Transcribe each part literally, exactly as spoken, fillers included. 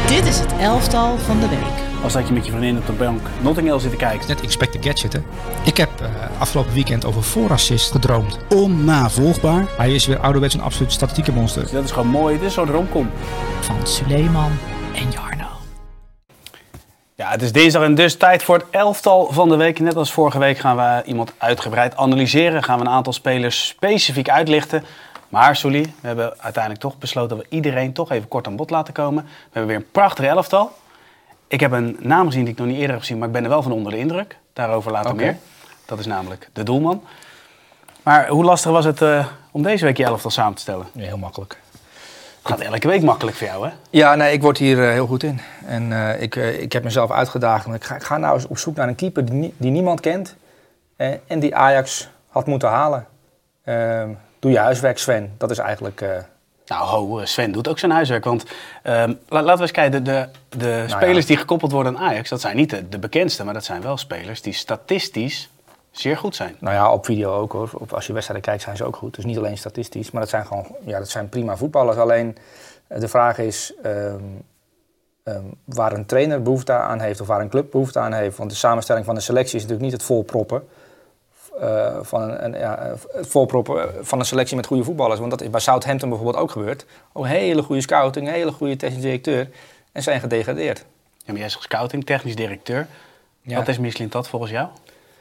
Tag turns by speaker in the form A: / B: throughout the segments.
A: Dit is het elftal van de week.
B: Als dat je met je vriendin op de bank Notting Hill zit te kijken.
C: Net Inspector Gadget, hè. Ik heb uh, afgelopen weekend over voorassist gedroomd.
D: Onnavolgbaar.
C: Hij is weer ouderwets een absoluut statistieke monster.
B: Dus dat is gewoon mooi. Dit is zo'n romcom.
A: Van Suleiman en Jarno.
B: Ja, het is dinsdag en dus tijd voor het elftal van de week. Net als vorige week gaan we iemand uitgebreid analyseren. Gaan we een aantal spelers specifiek uitlichten. Maar Soelie, we hebben uiteindelijk toch besloten dat we iedereen toch even kort aan bod laten komen. We hebben weer een prachtig elftal. Ik heb een naam gezien die ik nog niet eerder heb gezien, maar ik ben er wel van onder de indruk. Daarover later okay. meer. Dat is namelijk de doelman. Maar hoe lastig was het uh, om deze week je elftal samen te stellen?
C: Ja, heel makkelijk.
B: Het gaat elke week makkelijk voor jou, hè?
C: Ja, nee, ik word hier uh, heel goed in. En uh, ik, uh, ik heb mezelf uitgedaagd. Ik ga, ik ga nou eens op zoek naar een keeper die, nie, die niemand kent. Uh, en die Ajax had moeten halen. Uh, doe je huiswerk, Sven. Dat is eigenlijk... Uh,
B: Nou, ho, Sven doet ook zijn huiswerk. Want um, la, laten we eens kijken, de, de, de nou spelers ja. die gekoppeld worden aan Ajax, dat zijn niet de, de bekendste, maar dat zijn wel spelers die statistisch zeer goed zijn.
C: Nou ja, op video ook hoor. Op, als je wedstrijden kijkt zijn ze ook goed. Dus niet alleen statistisch, maar dat zijn gewoon ja, dat zijn prima voetballers. Alleen de vraag is um, um, waar een trainer behoefte aan heeft of waar een club behoefte aan heeft. Want de samenstelling van de selectie is natuurlijk niet het volproppen. Uh, van een, een, ja, het volproppen van een selectie met goede voetballers. Want dat is bij Southampton bijvoorbeeld ook gebeurd. Oh, hele goede scouting, een hele goede technisch directeur. En zijn gedegradeerd.
B: Ja, maar jij zegt scouting, technisch directeur. Ja. Wat is Michelin dat volgens jou?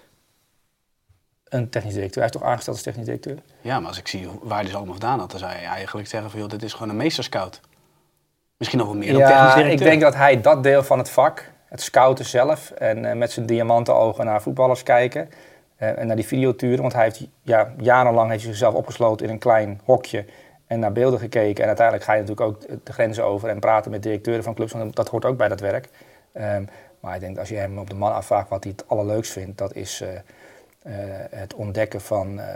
C: Een technisch directeur. Hij is toch aangesteld als technisch directeur?
B: Ja, maar als ik zie waar hij dus allemaal gedaan had, dan zou je eigenlijk zeggen van, joh, dit is gewoon een meesterscout. Misschien nog wel meer dan
C: ja,
B: technisch directeur.
C: Ik denk dat hij dat deel van het vak, het scouten zelf, en uh, met zijn diamantenogen naar voetballers kijken... Uh, en naar die videoturen, want hij heeft ja, jarenlang heeft hij zichzelf opgesloten in een klein hokje en naar beelden gekeken. En uiteindelijk ga je natuurlijk ook de grenzen over en praten met directeuren van clubs, want dat hoort ook bij dat werk. Um, maar ik denk dat als je hem op de man afvraagt wat hij het allerleukst vindt, dat is uh, uh, het ontdekken van uh, uh,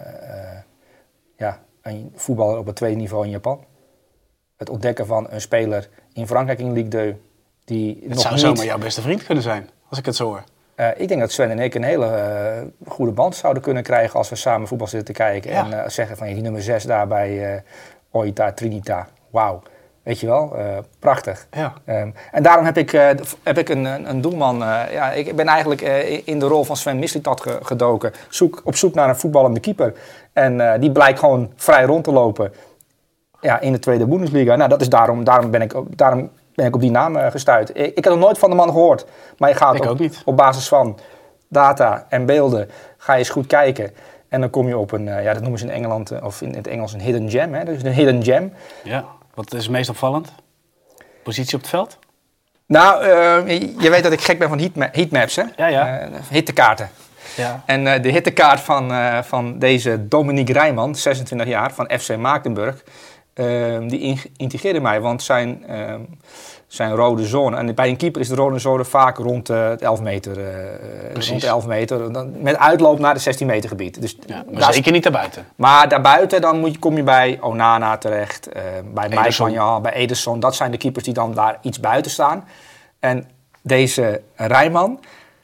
C: ja, een voetballer op het tweede niveau in Japan. Het ontdekken van een speler in Frankrijk in Ligue twee. Die
B: het
C: nog
B: zou
C: niet...
B: zomaar jouw beste vriend kunnen zijn, als ik het zo hoor.
C: Uh, ik denk dat Sven en ik een hele uh, goede band zouden kunnen krijgen als we samen voetbal zitten te kijken. Ja. En uh, zeggen van die nummer zes daar bij uh, Oita Trinita. Wauw. Weet je wel? Uh, prachtig.
B: Ja.
C: Um, en daarom heb ik, uh, heb ik een, een doelman. Uh, ja, ik ben eigenlijk uh, in de rol van Sven Mislintat ge- gedoken. Zoek, op zoek naar een voetballende keeper. En uh, die blijkt gewoon vrij rond te lopen. Ja, in de tweede Bundesliga. Nou, dat is daarom, daarom ben ik... Daarom, ben ik op die naam uh, gestuurd. Ik, ik heb nog nooit van de man gehoord. Maar je gaat op, op basis van data en beelden ga je eens goed kijken. En dan kom je op een, uh, ja, dat noemen ze in Engeland, uh, of in het Engels een hidden gem. Hè? Dus een hidden gem.
B: Ja, wat is meest opvallend? Positie op het veld?
C: Nou, uh, je weet dat ik gek ben van heatma- heatmaps, hè?
B: Ja, ja.
C: Uh, hittekaarten.
B: Ja.
C: En uh, de hittekaart van, uh, van deze Dominique Rijman, zesentwintig jaar, van F C Magdeburg... Uh, die intrigeerde mij, want zijn, uh, zijn rode zone... En bij een keeper is de rode zone vaak rond uh, het elf meter. Uh, rond de elf meter dan, met uitloop naar de zestien meter gebied. Dus
B: ja, maar zeker is, niet daarbuiten.
C: Maar daarbuiten dan moet je, kom je bij Onana terecht, uh, bij Mike Maignan, bij Ederson. Dat zijn de keepers die dan daar iets buiten staan. En deze Rijman,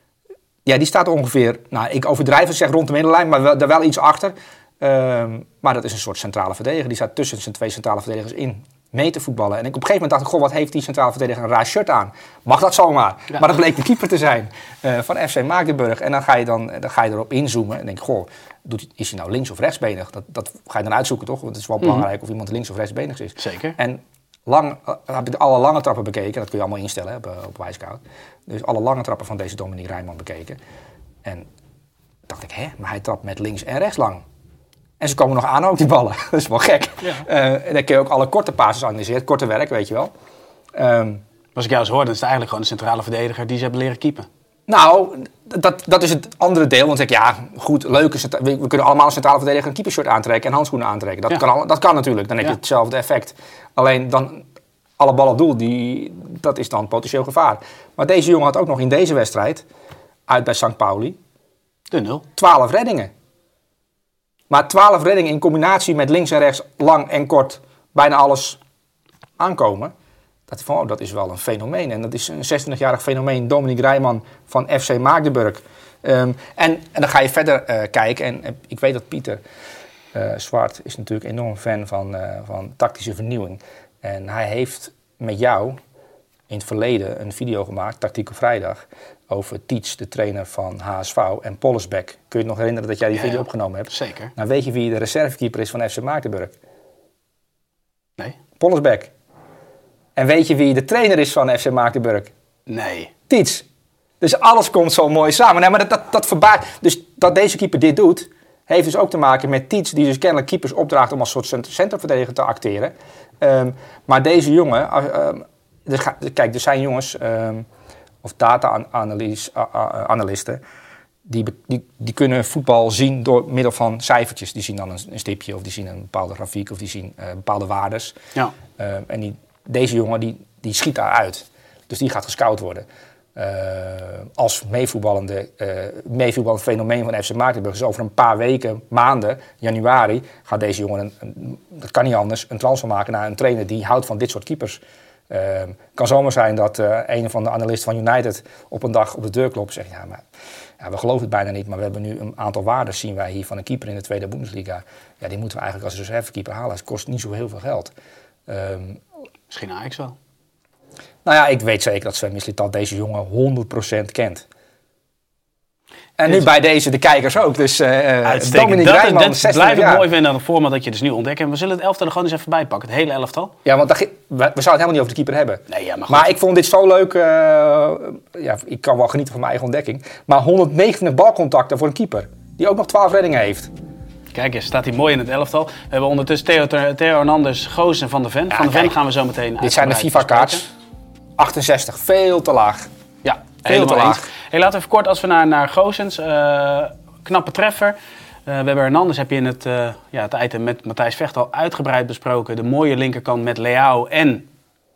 C: ja, die staat ongeveer... Nou, ik overdrijf het, zeg rond de middenlijn, maar wel, daar wel iets achter... Um, maar dat is een soort centrale verdediger. Die staat tussen zijn twee centrale verdedigers in mee te voetballen. En ik, op een gegeven moment dacht ik, goh, wat heeft die centrale verdediger een raar shirt aan? Mag dat zomaar? Ja. Maar dat bleek de keeper te zijn uh, van F C Magdeburg. En dan ga je, dan, dan ga je erop inzoomen en denk goh, doet, is hij nou links of rechtsbenig? Dat, dat ga je dan uitzoeken, toch? Want het is wel mm-hmm. belangrijk of iemand links of rechtsbenig is.
B: Zeker.
C: En lang uh, heb ik alle lange trappen bekeken. Dat kun je allemaal instellen hè, op, op Wisecout. Dus alle lange trappen van deze Dominique Rijman bekeken. En dacht ik, hè, maar hij trapt met links en rechts lang. En ze komen nog aan ook, die ballen. Dat is wel gek. Ja. Uh, en dan kun je ook alle korte passes analyseren. Korte werk, weet je wel. Um,
B: Als ik jou eens hoor, dan is het eigenlijk gewoon een centrale verdediger die ze hebben leren keepen.
C: Nou, dat, dat is het andere deel. Want ik ja, goed, leuk is het. We, we kunnen allemaal een centrale verdediger een keepershirt aantrekken en handschoenen aantrekken. Dat, ja. kan, al, dat kan natuurlijk. Dan heb je ja. hetzelfde effect. Alleen dan alle ballen op doel, die, dat is dan potentieel gevaar. Maar deze jongen had ook nog in deze wedstrijd, uit bij Sankt Pauli,
B: de nul.
C: twaalf reddingen. Maar twaalf reddingen in combinatie met links en rechts, lang en kort, bijna alles aankomen. Dat, van, oh, dat is wel een fenomeen. En dat is een zesentwintigjarig fenomeen, Dominique Rijman van F C Magdeburg. Um, en, en dan ga je verder uh, kijken. En, en ik weet dat Pieter uh, Zwart is natuurlijk enorm fan van, uh, van tactische vernieuwing. En hij heeft met jou in het verleden een video gemaakt, Tactiek op Vrijdag, over Tietz, de trainer van H S V, en Pollersbeck. Kun je het nog herinneren dat jij die
B: Ja,
C: video
B: ja.
C: opgenomen hebt?
B: Zeker.
C: Nou, weet je wie de reservekeeper is van F C Magdeburg?
B: Nee?
C: Pollersbeck. En weet je wie de trainer is van F C Magdeburg?
B: Nee.
C: Tietz. Dus alles komt zo mooi samen. Nee, maar dat, dat, dat verbaast. Dus dat deze keeper dit doet, heeft dus ook te maken met Tietz, die dus kennelijk keepers opdraagt om als soort cent- centrumverdediger te acteren. Um, maar deze jongen, um, er ga, kijk, er zijn jongens, um, of data-analisten, die, die, die kunnen voetbal zien door middel van cijfertjes. Die zien dan een, een stipje, of die zien een bepaalde grafiek, of die zien uh, bepaalde waardes.
B: Ja.
C: Um, en die, deze jongen, die, die schiet daaruit. Dus die gaat gescout worden. Uh, als meevoetballende, uh, meevoetballend fenomeen van F C Magdeburg. Dus over een paar weken, maanden, januari, gaat deze jongen, een, een, dat kan niet anders, een transfer maken naar een trainer die houdt van dit soort keepers. Het uh, kan zomaar zijn dat uh, een van de analisten van United op een dag op de deur klopt en zegt, ja, maar ja, we geloven het bijna niet, maar we hebben nu een aantal waarden, zien wij hier van een keeper in de Tweede Bundesliga. Ja, die moeten we eigenlijk als reservekeeper halen. Het kost niet zo heel veel geld. Um,
B: Misschien Ajax wel.
C: Nou ja, ik weet zeker dat Sven Mislintat deze jongen honderd procent kent. En nu bij deze de kijkers ook. Dus uh, Dominic Rijnman,
B: dat blijf ik mooi vinden aan het format dat je dus nu ontdekt. En we zullen het elftal er gewoon eens even bij pakken. Het hele elftal.
C: Ja, want dat, we, we zouden het helemaal niet over de keeper hebben.
B: Nee, ja, maar,
C: maar ik vond dit zo leuk. Uh, ja, ik kan wel genieten van mijn eigen ontdekking. Maar honderdnegenentwintig balcontacten voor een keeper. Die ook nog twaalf reddingen heeft.
B: Kijk eens, staat hij mooi in het elftal. We hebben ondertussen Theo, Theo Hernandez, Goos en Van de Ven.
C: Ja,
B: van de Ven
C: kijk,
B: gaan we zo meteen
C: dit zijn de FIFA-kaarts. achtenzestig, veel te laag.
B: Ja,
C: veel te laag.
B: Hey, laten we even kort, als we naar, naar Goossens. Uh, knappe treffer. Uh, we hebben Hernandez, heb je in het, uh, ja, het item met Matthijs Vecht al uitgebreid besproken. De mooie linkerkant met Leao en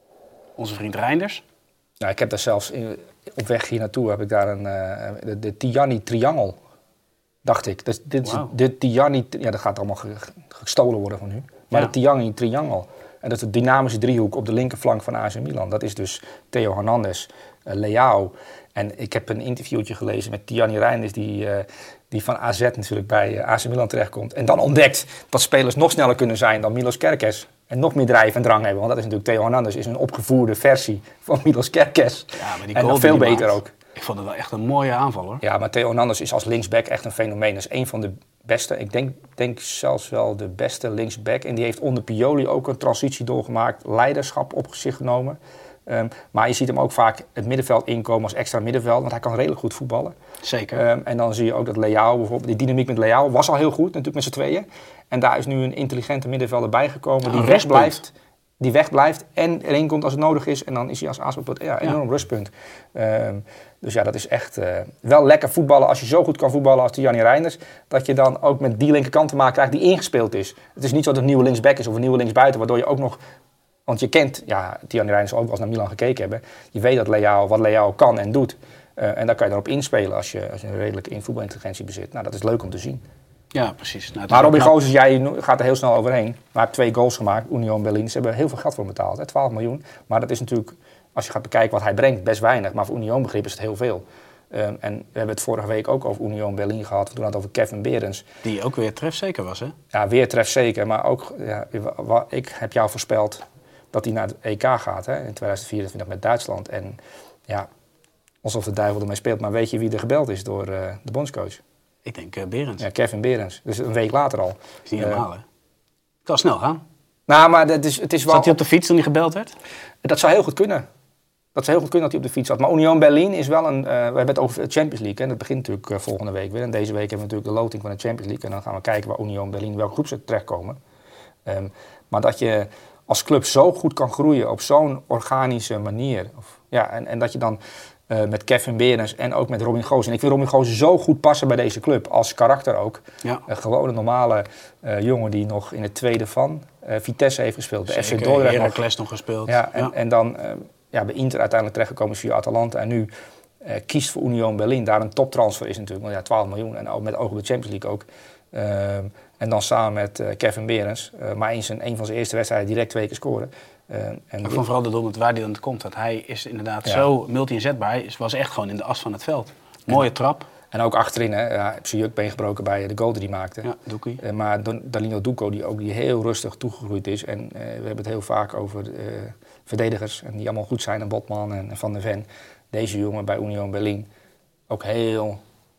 B: onze vriend Reinders.
C: Nou, ik heb daar zelfs, in, op weg hier naartoe, heb ik daar een, uh, de, de Tiani Triangel. Dacht ik. Dus dit wow. is de Tiani, ja, dat gaat allemaal gestolen worden van nu. Maar ja. de Tiani Triangel. En dat is de dynamische driehoek op de linkerflank van A C Milan. Dat is dus Theo Hernandez, uh, Leao. En ik heb een interviewtje gelezen met Tiani Reinders, die, uh, die van A Z natuurlijk bij uh, A C Milan terechtkomt. En dan ontdekt dat spelers nog sneller kunnen zijn dan Milos Kerkez. En nog meer drijf en drang hebben. Want dat is natuurlijk, Theo Hernandez is een opgevoerde versie van Milos Kerkez.
B: Ja, maar die
C: en nog veel beter maakt. Ook.
B: Ik vond het wel echt een mooie aanval, hoor.
C: Ja, maar Theo Hernandez is als linksback echt een fenomeen. Dat is een van de beste, ik denk, denk zelfs wel de beste linksback. En die heeft onder Pioli ook een transitie doorgemaakt. Leiderschap op zich genomen. Um, maar je ziet hem ook vaak het middenveld inkomen als extra middenveld. Want hij kan redelijk goed voetballen.
B: Zeker.
C: Um, en dan zie je ook dat Leao, bijvoorbeeld, die dynamiek met Leao was al heel goed. Natuurlijk met z'n tweeën. En daar is nu een intelligente middenvelder bijgekomen. Die wegblijft. Die wegblijft en erin komt als het nodig is. En dan is hij als aanspeelpunt, ja, een enorm ja. rustpunt. Um, dus ja, dat is echt uh, wel lekker voetballen. Als je zo goed kan voetballen als Tiani Reinders, dat je dan ook met die linkerkant te maken krijgt die ingespeeld is. Het is niet zo dat het een nieuwe linksback is of een nieuwe linksbuiten, waardoor je ook nog... Want je kent, ja, Tiani Reinders zal ook wel eens naar Milan gekeken hebben. Je weet dat Leao, wat Leao kan en doet. Uh, en daar kan je dan op inspelen als je, als je een redelijke in voetbalintelligentie bezit. Nou, dat is leuk om te zien.
B: Ja, precies. Nou,
C: maar Robin Gozens, jij gaat er heel snel overheen. Maar hij heeft twee goals gemaakt, Union Berlin. Ze hebben heel veel geld voor hem betaald, hè, twaalf miljoen. Maar dat is natuurlijk, als je gaat bekijken wat hij brengt, best weinig. Maar voor Union begrip is het heel veel. Um, en we hebben het vorige week ook over Union Berlin gehad. Toen hadden het over Kevin Behrens.
B: Die ook weer trefzeker was, hè?
C: Ja, weer trefzeker. Maar ook, ja, ik heb jou voorspeld dat hij naar het E K gaat, hè, in tweeduizend vierentwintig met Duitsland. En ja, alsof de duivel ermee speelt. Maar weet je wie er gebeld is door uh, de bondscoach?
B: Ik denk uh, Behrens.
C: Ja, Kevin Behrens. Dus een week later al.
B: Dat is niet normaal, uh, hè? Het kan snel gaan.
C: Nou, maar het is, het is wel...
B: Zat hij op de fiets toen hij gebeld werd?
C: Dat zou heel goed kunnen. Dat zou heel goed kunnen dat hij op de fiets zat. Maar Union Berlin is wel een... Uh, we hebben het over de Champions League. En dat begint natuurlijk uh, volgende week weer. En deze week hebben we natuurlijk de loting van de Champions League. En dan gaan we kijken waar Union Berlin, welke groep ze terechtkomen. Um, maar dat je als club zo goed kan groeien op zo'n organische manier. Of, ja, en, en dat je dan... Uh, met Kevin Behrens en ook met Robin Gozens. En ik vind Robin Gozens zo goed passen bij deze club. Als karakter ook.
B: Ja.
C: Uh, gewoon een normale uh, jongen die nog in het tweede van uh, Vitesse heeft gespeeld.
B: Zeker,
C: F C Dordrecht
B: Heracles nog gespeeld.
C: Ja, en,
B: ja.
C: en dan uh, ja, bij Inter uiteindelijk terechtgekomen via Atalanta. En nu uh, kiest voor Union Berlin. Daar een toptransfer is natuurlijk. Want ja, twaalf miljoen. En ook met oog op de Champions League ook. Uh, en dan samen met uh, Kevin Behrens. Uh, maar in zijn, een van zijn eerste wedstrijden direct twee keer scoren. Uh, en
B: ik vond vooral de doelpunt waar hij dan komt. Dat hij is inderdaad ja. zo multi-inzetbaar. Hij was echt gewoon in de as van het veld. Mooie en, trap.
C: En ook achterin, hè. Ja, heb zijn jukbeen gebroken bij de goal die hij maakte.
B: Ja, Doekie.
C: Uh, maar Danilo Ducco, die ook die heel rustig toegegroeid is. En uh, we hebben het heel vaak over uh, verdedigers. En die allemaal goed zijn. En Botman en, en Van der Ven. Deze jongen bij Union Berlin ook heel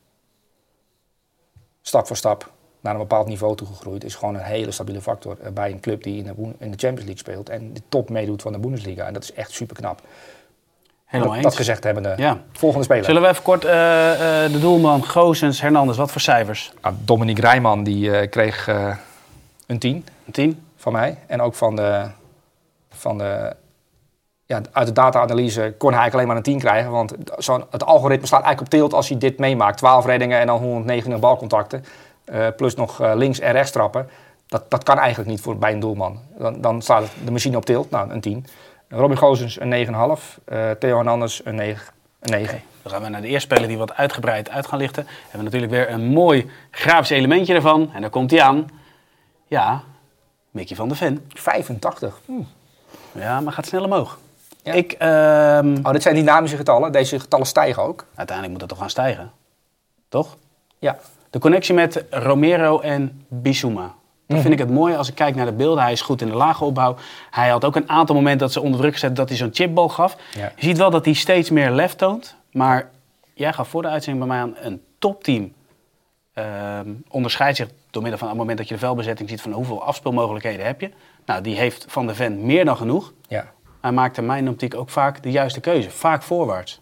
C: stap voor stap naar een bepaald niveau toegegroeid. Is gewoon een hele stabiele factor uh, bij een club die in de, in de Champions League speelt. En de top meedoet van de Bundesliga. En dat is echt super knap.
B: Helemaal
C: dat,
B: eens.
C: dat gezegd hebben de
B: ja.
C: volgende speler.
B: Zullen we even kort uh, uh, de doelman Goossens, Hernandez, wat voor cijfers?
C: Nou, Dominique Rijman die uh, kreeg uh, een tien.
B: Een tien?
C: Van mij. En ook van de... Van de ja, uit de data-analyse kon hij eigenlijk alleen maar een tien krijgen. Want zo, het algoritme slaat eigenlijk op tilt als hij dit meemaakt. twaalf reddingen en dan honderdnegentig balcontacten. Uh, plus nog uh, links en rechts trappen. Dat, dat kan eigenlijk niet voor, bij een doelman. Dan, dan staat de machine op tilt. Nou, een tien. Robin Goossens een negen komma vijf. Uh, Theo Hernandez een negen. Een negen.
B: Okay. Dan gaan we naar de eerste speler die wat uitgebreid uit gaan lichten. We hebben natuurlijk weer een mooi grafisch elementje ervan. En daar komt hij aan. Ja, Mickey van der Ven.
C: vijfentachtig. Hm.
B: Ja, maar gaat snel omhoog.
C: Ja.
B: Ik, uh,
C: oh, dit zijn dynamische getallen. Deze getallen stijgen ook.
B: Uiteindelijk moet het toch gaan stijgen? Toch?
C: Ja.
B: De connectie met Romero en Bissouma. Dat mm-hmm. vind ik het mooie als ik kijk naar de beelden. Hij is goed in de lage opbouw. Hij had ook een aantal momenten dat ze onder druk gezet dat hij zo'n chipbal gaf. Ja. Je ziet wel dat hij steeds meer lef toont. Maar jij gaf voor de uitzending bij mij aan een topteam. Uh, onderscheidt zich door middel van het moment dat je de velbezetting ziet van hoeveel afspeelmogelijkheden heb je. Nou, die heeft Van der Ven meer dan genoeg.
C: Ja.
B: Hij maakt in mijn optiek ook vaak de juiste keuze. Vaak voorwaarts.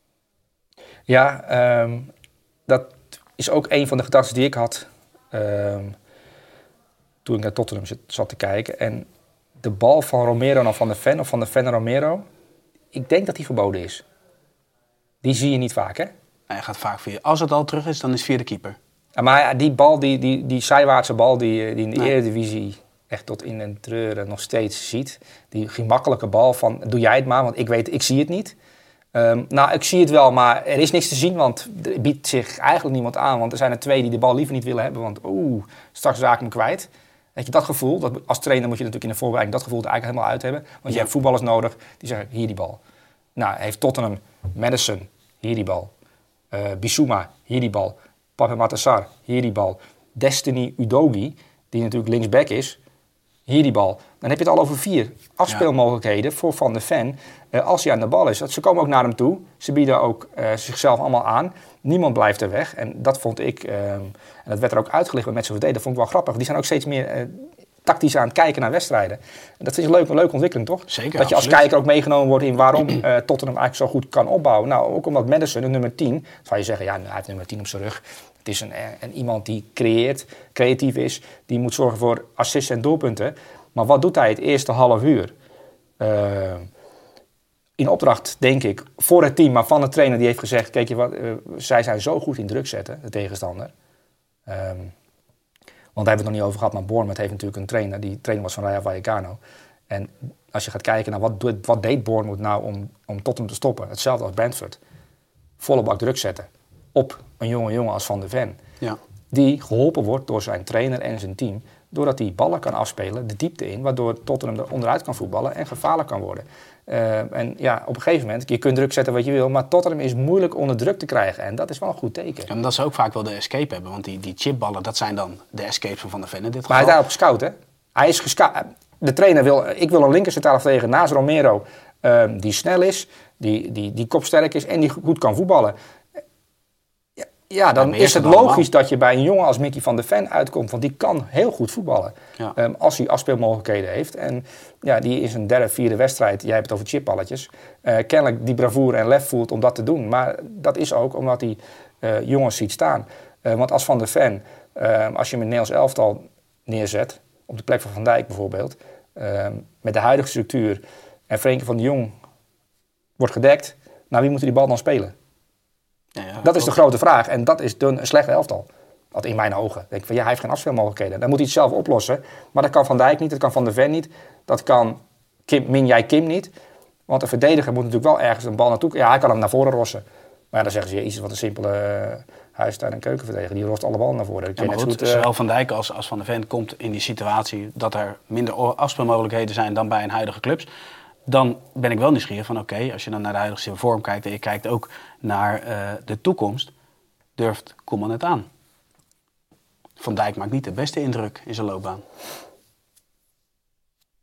C: Ja, um, dat is ook een van de gedachten die ik had um, toen ik naar Tottenham zat te kijken. En de bal van Romero naar Van der Ven of Van der Ven naar Romero, ik denk dat die verboden is. Die zie je niet vaak, hè?
B: Hij gaat vaak via. Als het al terug is, dan is het via de keeper.
C: Ja, maar die bal, die, die, die zijwaartse bal die, die in de nee. Eredivisie echt tot in den treuren nog steeds ziet. Die gemakkelijke bal van, doe jij het maar, want ik weet, ik zie het niet. Um, nou, ik zie het wel, maar er is niks te zien, want er biedt zich eigenlijk niemand aan. Want er zijn er twee die de bal liever niet willen hebben, want oeh, straks raak ik hem kwijt. Weet je, dat gevoel, dat, als trainer moet je natuurlijk in de voorbereiding dat gevoel er eigenlijk helemaal uit hebben. Want ja. je hebt voetballers nodig, die zeggen, hier die bal. Nou, heeft Tottenham, Madison, hier die bal. Uh, Bissouma, hier die bal. Pape Matar, hier die bal. Destiny Udogie, die natuurlijk linksback is, hier die bal. Dan heb je het al over vier afspeelmogelijkheden ja. voor Van der Ven uh, als hij aan de bal is. Ze komen ook naar hem toe. Ze bieden ook uh, zichzelf allemaal aan. Niemand blijft er weg. En dat vond ik, uh, en dat werd er ook uitgelicht met zijn verdediger, vond ik wel grappig. Die zijn ook steeds meer uh, tactisch aan het kijken naar wedstrijden. En dat is een leuke, een leuke ontwikkeling, toch?
B: Zeker,
C: dat je
B: absoluut.
C: als kijker ook meegenomen wordt in waarom uh, Tottenham eigenlijk zo goed kan opbouwen. Nou, ook omdat Madison, de nummer tien, zou je zeggen, ja, hij heeft nummer tien op zijn rug. Het is een, een, iemand die creëert, creatief is, die moet zorgen voor assists en doelpunten. Maar wat doet hij het eerste half uur? Uh, in opdracht, denk ik, voor het team, maar van de trainer die heeft gezegd, kijk je wat, uh, zij zijn zo goed in druk zetten, de tegenstander. Um, want daar hebben we het nog niet over gehad, maar Bournemouth heeft natuurlijk een trainer, die trainer was van Rayo Vallecano. En als je gaat kijken naar wat, wat deed Bournemouth nou om, om Tottenham te stoppen, hetzelfde als Brentford. Volle bak druk zetten op een jonge jongen als Van der Ven. Ja. Die geholpen wordt door zijn trainer en zijn team. Doordat hij ballen kan afspelen, de diepte in. Waardoor Tottenham er onderuit kan voetballen en gevaarlijk kan worden. Uh, en ja, op een gegeven moment, je kunt druk zetten wat je wil. Maar Tottenham is moeilijk onder druk te krijgen. En dat is wel een goed teken.
B: Ja, omdat ze ook vaak wel de escape hebben. Want die, die chipballen, dat zijn dan de escapes van Van der Ven in dit geval.
C: Maar hij is daarop gescout, hè? Hij is gescout. De trainer wil, ik wil een linker centrale verdediger naast Romero. Uh, die snel is, die, die, die kopsterk is en die goed kan voetballen. Ja, dan is het logisch allemaal. Dat je bij een jongen als Mickey van der Ven uitkomt. Want die kan heel goed voetballen. Ja. Um, als hij afspeelmogelijkheden heeft. En ja, die is een derde, vierde wedstrijd. Jij hebt het over chipballetjes. Uh, kennelijk die bravoure en lef voelt om dat te doen. Maar dat is ook omdat hij uh, jongens ziet staan. Uh, want als Van der Ven, uh, als je hem in het Nederlands elftal neerzet. Op de plek van Van Dijk bijvoorbeeld. Uh, met de huidige structuur. En Frenkie van de Jong wordt gedekt. Nou, wie moet die bal dan spelen? Ja, ja, dat is de grote vraag. En dat is een slechte elftal. Dat in mijn ogen. Denk ik van, ja, hij heeft geen afspeelmogelijkheden. Dan moet hij het zelf oplossen. Maar dat kan Van Dijk niet, dat kan Van der Ven niet. Dat kan Kim, Min Jae Kim niet. Want een verdediger moet natuurlijk wel ergens een bal naartoe. Ja, hij kan hem naar voren rossen. Maar ja, dan zeggen ze, ja, iets wat een simpele uh, huistuin- en keukenverdediger. Die rost alle ballen naar voren.
B: Ja, maar goed, goed, uh, zowel Van Dijk als, als Van der Ven komt in die situatie dat er minder afspeelmogelijkheden zijn dan bij een huidige clubs. Dan ben ik wel nieuwsgierig van oké, okay, als je dan naar de huidige vorm kijkt en je kijkt ook naar uh, de toekomst, durft Koeman het aan? Van Dijk maakt niet de beste indruk in zijn loopbaan.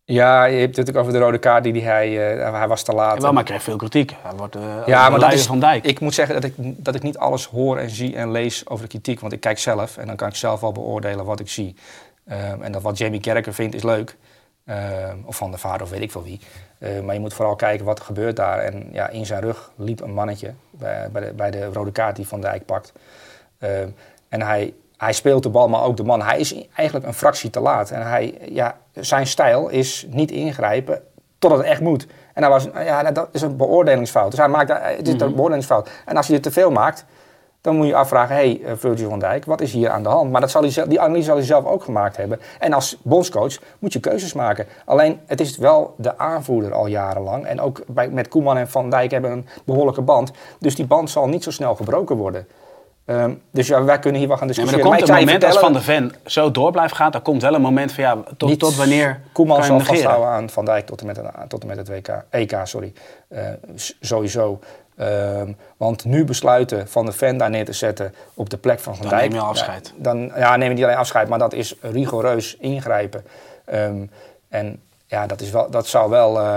C: Ja, je hebt het natuurlijk over de rode kaart die hij... Uh, hij was te laat.
B: Ja, wel, maar hij kreeg veel kritiek. Hij wordt uh,
C: ja, maar dat is,
B: van Dijk.
C: Ik moet zeggen dat ik, dat ik niet alles hoor en zie en lees over de kritiek. Want ik kijk zelf en dan kan ik zelf wel beoordelen wat ik zie. Um, en dat wat Jamie Carragher vindt is leuk. Um, of Van der Vaart of weet ik veel wie. Uh, maar je moet vooral kijken wat er gebeurt daar. En ja, in zijn rug liep een mannetje bij, bij, de, bij de rode kaart die Van Dijk pakt. Um, en hij... Hij speelt de bal, maar ook de man. Hij is eigenlijk een fractie te laat. En hij, ja, zijn stijl is niet ingrijpen totdat het echt moet. En hij was, ja, dat is een beoordelingsfout. Dus hij maakt, het is een beoordelingsfout. En als hij dit te veel maakt, dan moet je afvragen... hé, hey, Virgil van Dijk, wat is hier aan de hand? Maar dat zal hij, die analyse zal hij zelf ook gemaakt hebben. En als bondscoach moet je keuzes maken. Alleen, het is wel de aanvoerder al jarenlang. En ook bij, met Koeman en Van Dijk hebben een behoorlijke band. Dus die band zal niet zo snel gebroken worden. Um, dus ja, wij kunnen hier wel gaan discussiëren.
B: Ja, maar er komt een moment als Van de Ven zo door blijft gaan, dan komt wel een moment van ja, tot, niet, tot wanneer
C: Koeman
B: kan je
C: zal
B: negeren?
C: Vasthouden aan Van Dijk tot en met, tot en met het W K, E K, sorry. Uh, sowieso. Um, want nu besluiten Van de Ven daar neer te zetten op de plek van Van
B: dan
C: Dijk.
B: Dan neem je afscheid.
C: Ja, dan ja, neem je niet alleen afscheid, maar dat is rigoureus ingrijpen. Um, en ja, dat, is wel, dat zou wel, uh,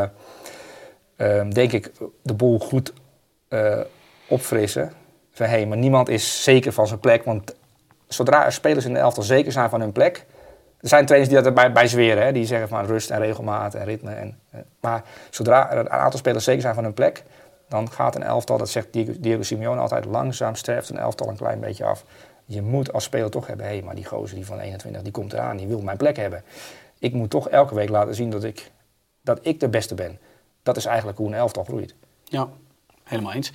C: um, denk ik, de boel goed uh, opfrissen. Van, hey, maar niemand is zeker van zijn plek. Want zodra er spelers in de elftal zeker zijn van hun plek... Er zijn trainers die dat erbij bij zweren. Hè, die zeggen van rust en regelmaat en ritme. En, maar zodra er een aantal spelers zeker zijn van hun plek... dan gaat een elftal, dat zegt Diego Simeone altijd... langzaam sterft een elftal een klein beetje af. Je moet als speler toch hebben... hé, hey, maar die gozer die van eenentwintig, die komt eraan. Die wil mijn plek hebben. Ik moet toch elke week laten zien dat ik, dat ik de beste ben. Dat is eigenlijk hoe een elftal groeit.
B: Ja, helemaal eens.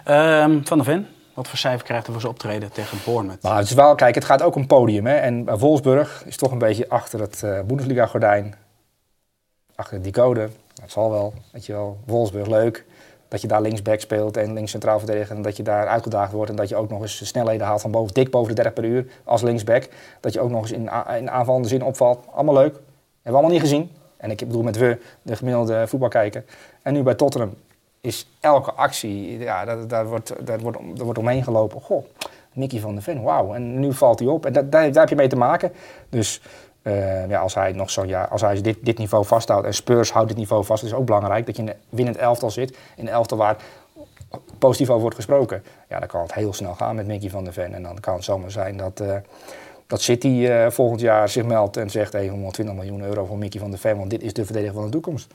B: Um, Van der Ven... Wat voor cijfer krijgt hij voor zijn optreden tegen Bournemouth?
C: Nou, het is wel, kijk, het gaat ook om podium. Hè? En Wolfsburg is toch een beetje achter het uh, Bundesliga-gordijn. Achter die code. Dat zal wel. Weet je wel, Wolfsburg leuk. Dat je daar linksback speelt en links centraal verdediger. En dat je daar uitgedaagd wordt. En dat je ook nog eens snelheden haalt van boven, dik boven de dertig per uur als linksback. Dat je ook nog eens in, in aanvallende zin opvalt. Allemaal leuk. Hebben we allemaal niet gezien. En ik bedoel met we, de gemiddelde voetbalkijker. En nu bij Tottenham is elke actie, ja, daar, daar, wordt, daar, wordt, daar wordt omheen gelopen. Goh, Mickey van der Ven, wauw. En nu valt hij op. En dat, daar, daar heb je mee te maken. Dus uh, ja, als hij nog zo'n jaar, als hij dit, dit niveau vasthoudt en Spurs houdt dit niveau vast, is het ook belangrijk dat je in een winnend elftal zit. In een elftal waar positief over wordt gesproken. Ja, dan kan het heel snel gaan met Mickey van der Ven. En dan kan het zomaar zijn dat, uh, dat City uh, volgend jaar zich meldt en zegt hey, honderdtwintig miljoen euro voor Mickey van der Ven, want dit is de verdediger van de toekomst.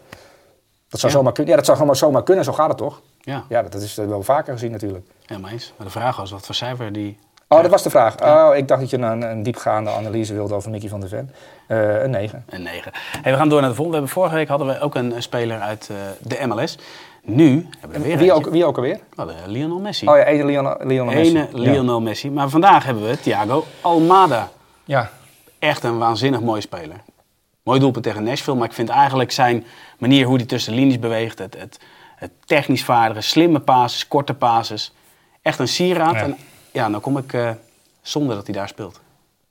C: Dat zou, ja. zomaar, kun- ja, dat zou zomaar, zomaar kunnen, zo gaat het toch?
B: Ja,
C: ja dat, dat is wel vaker gezien natuurlijk.
B: Helemaal eens. Maar de vraag was wat voor cijfer die...
C: Oh, dat was de vraag. Ja. Oh, ik dacht dat je een, een diepgaande analyse wilde over Mickey van der Ven. Uh, een negen.
B: Een negen. Hey, we gaan door naar de volgende. We hebben vorige week hadden we ook een, een speler uit uh, de M L S. Nu hebben we weer
C: wie ook, wie ook alweer?
B: Oh, Lionel Messi.
C: Oh ja, ene Lionel, Lionel Messi.
B: Ene Lionel ja. Messi. Maar vandaag hebben we Thiago Almada.
C: Ja.
B: Echt een waanzinnig mooie speler. Mooi doelpunt tegen Nashville, maar ik vind eigenlijk zijn manier hoe hij tussen de linies beweegt, het, het, het technisch vaardige, slimme passes, korte passes, echt een sieraad. Ja. En ja, nou kom ik uh, zonder dat hij daar speelt.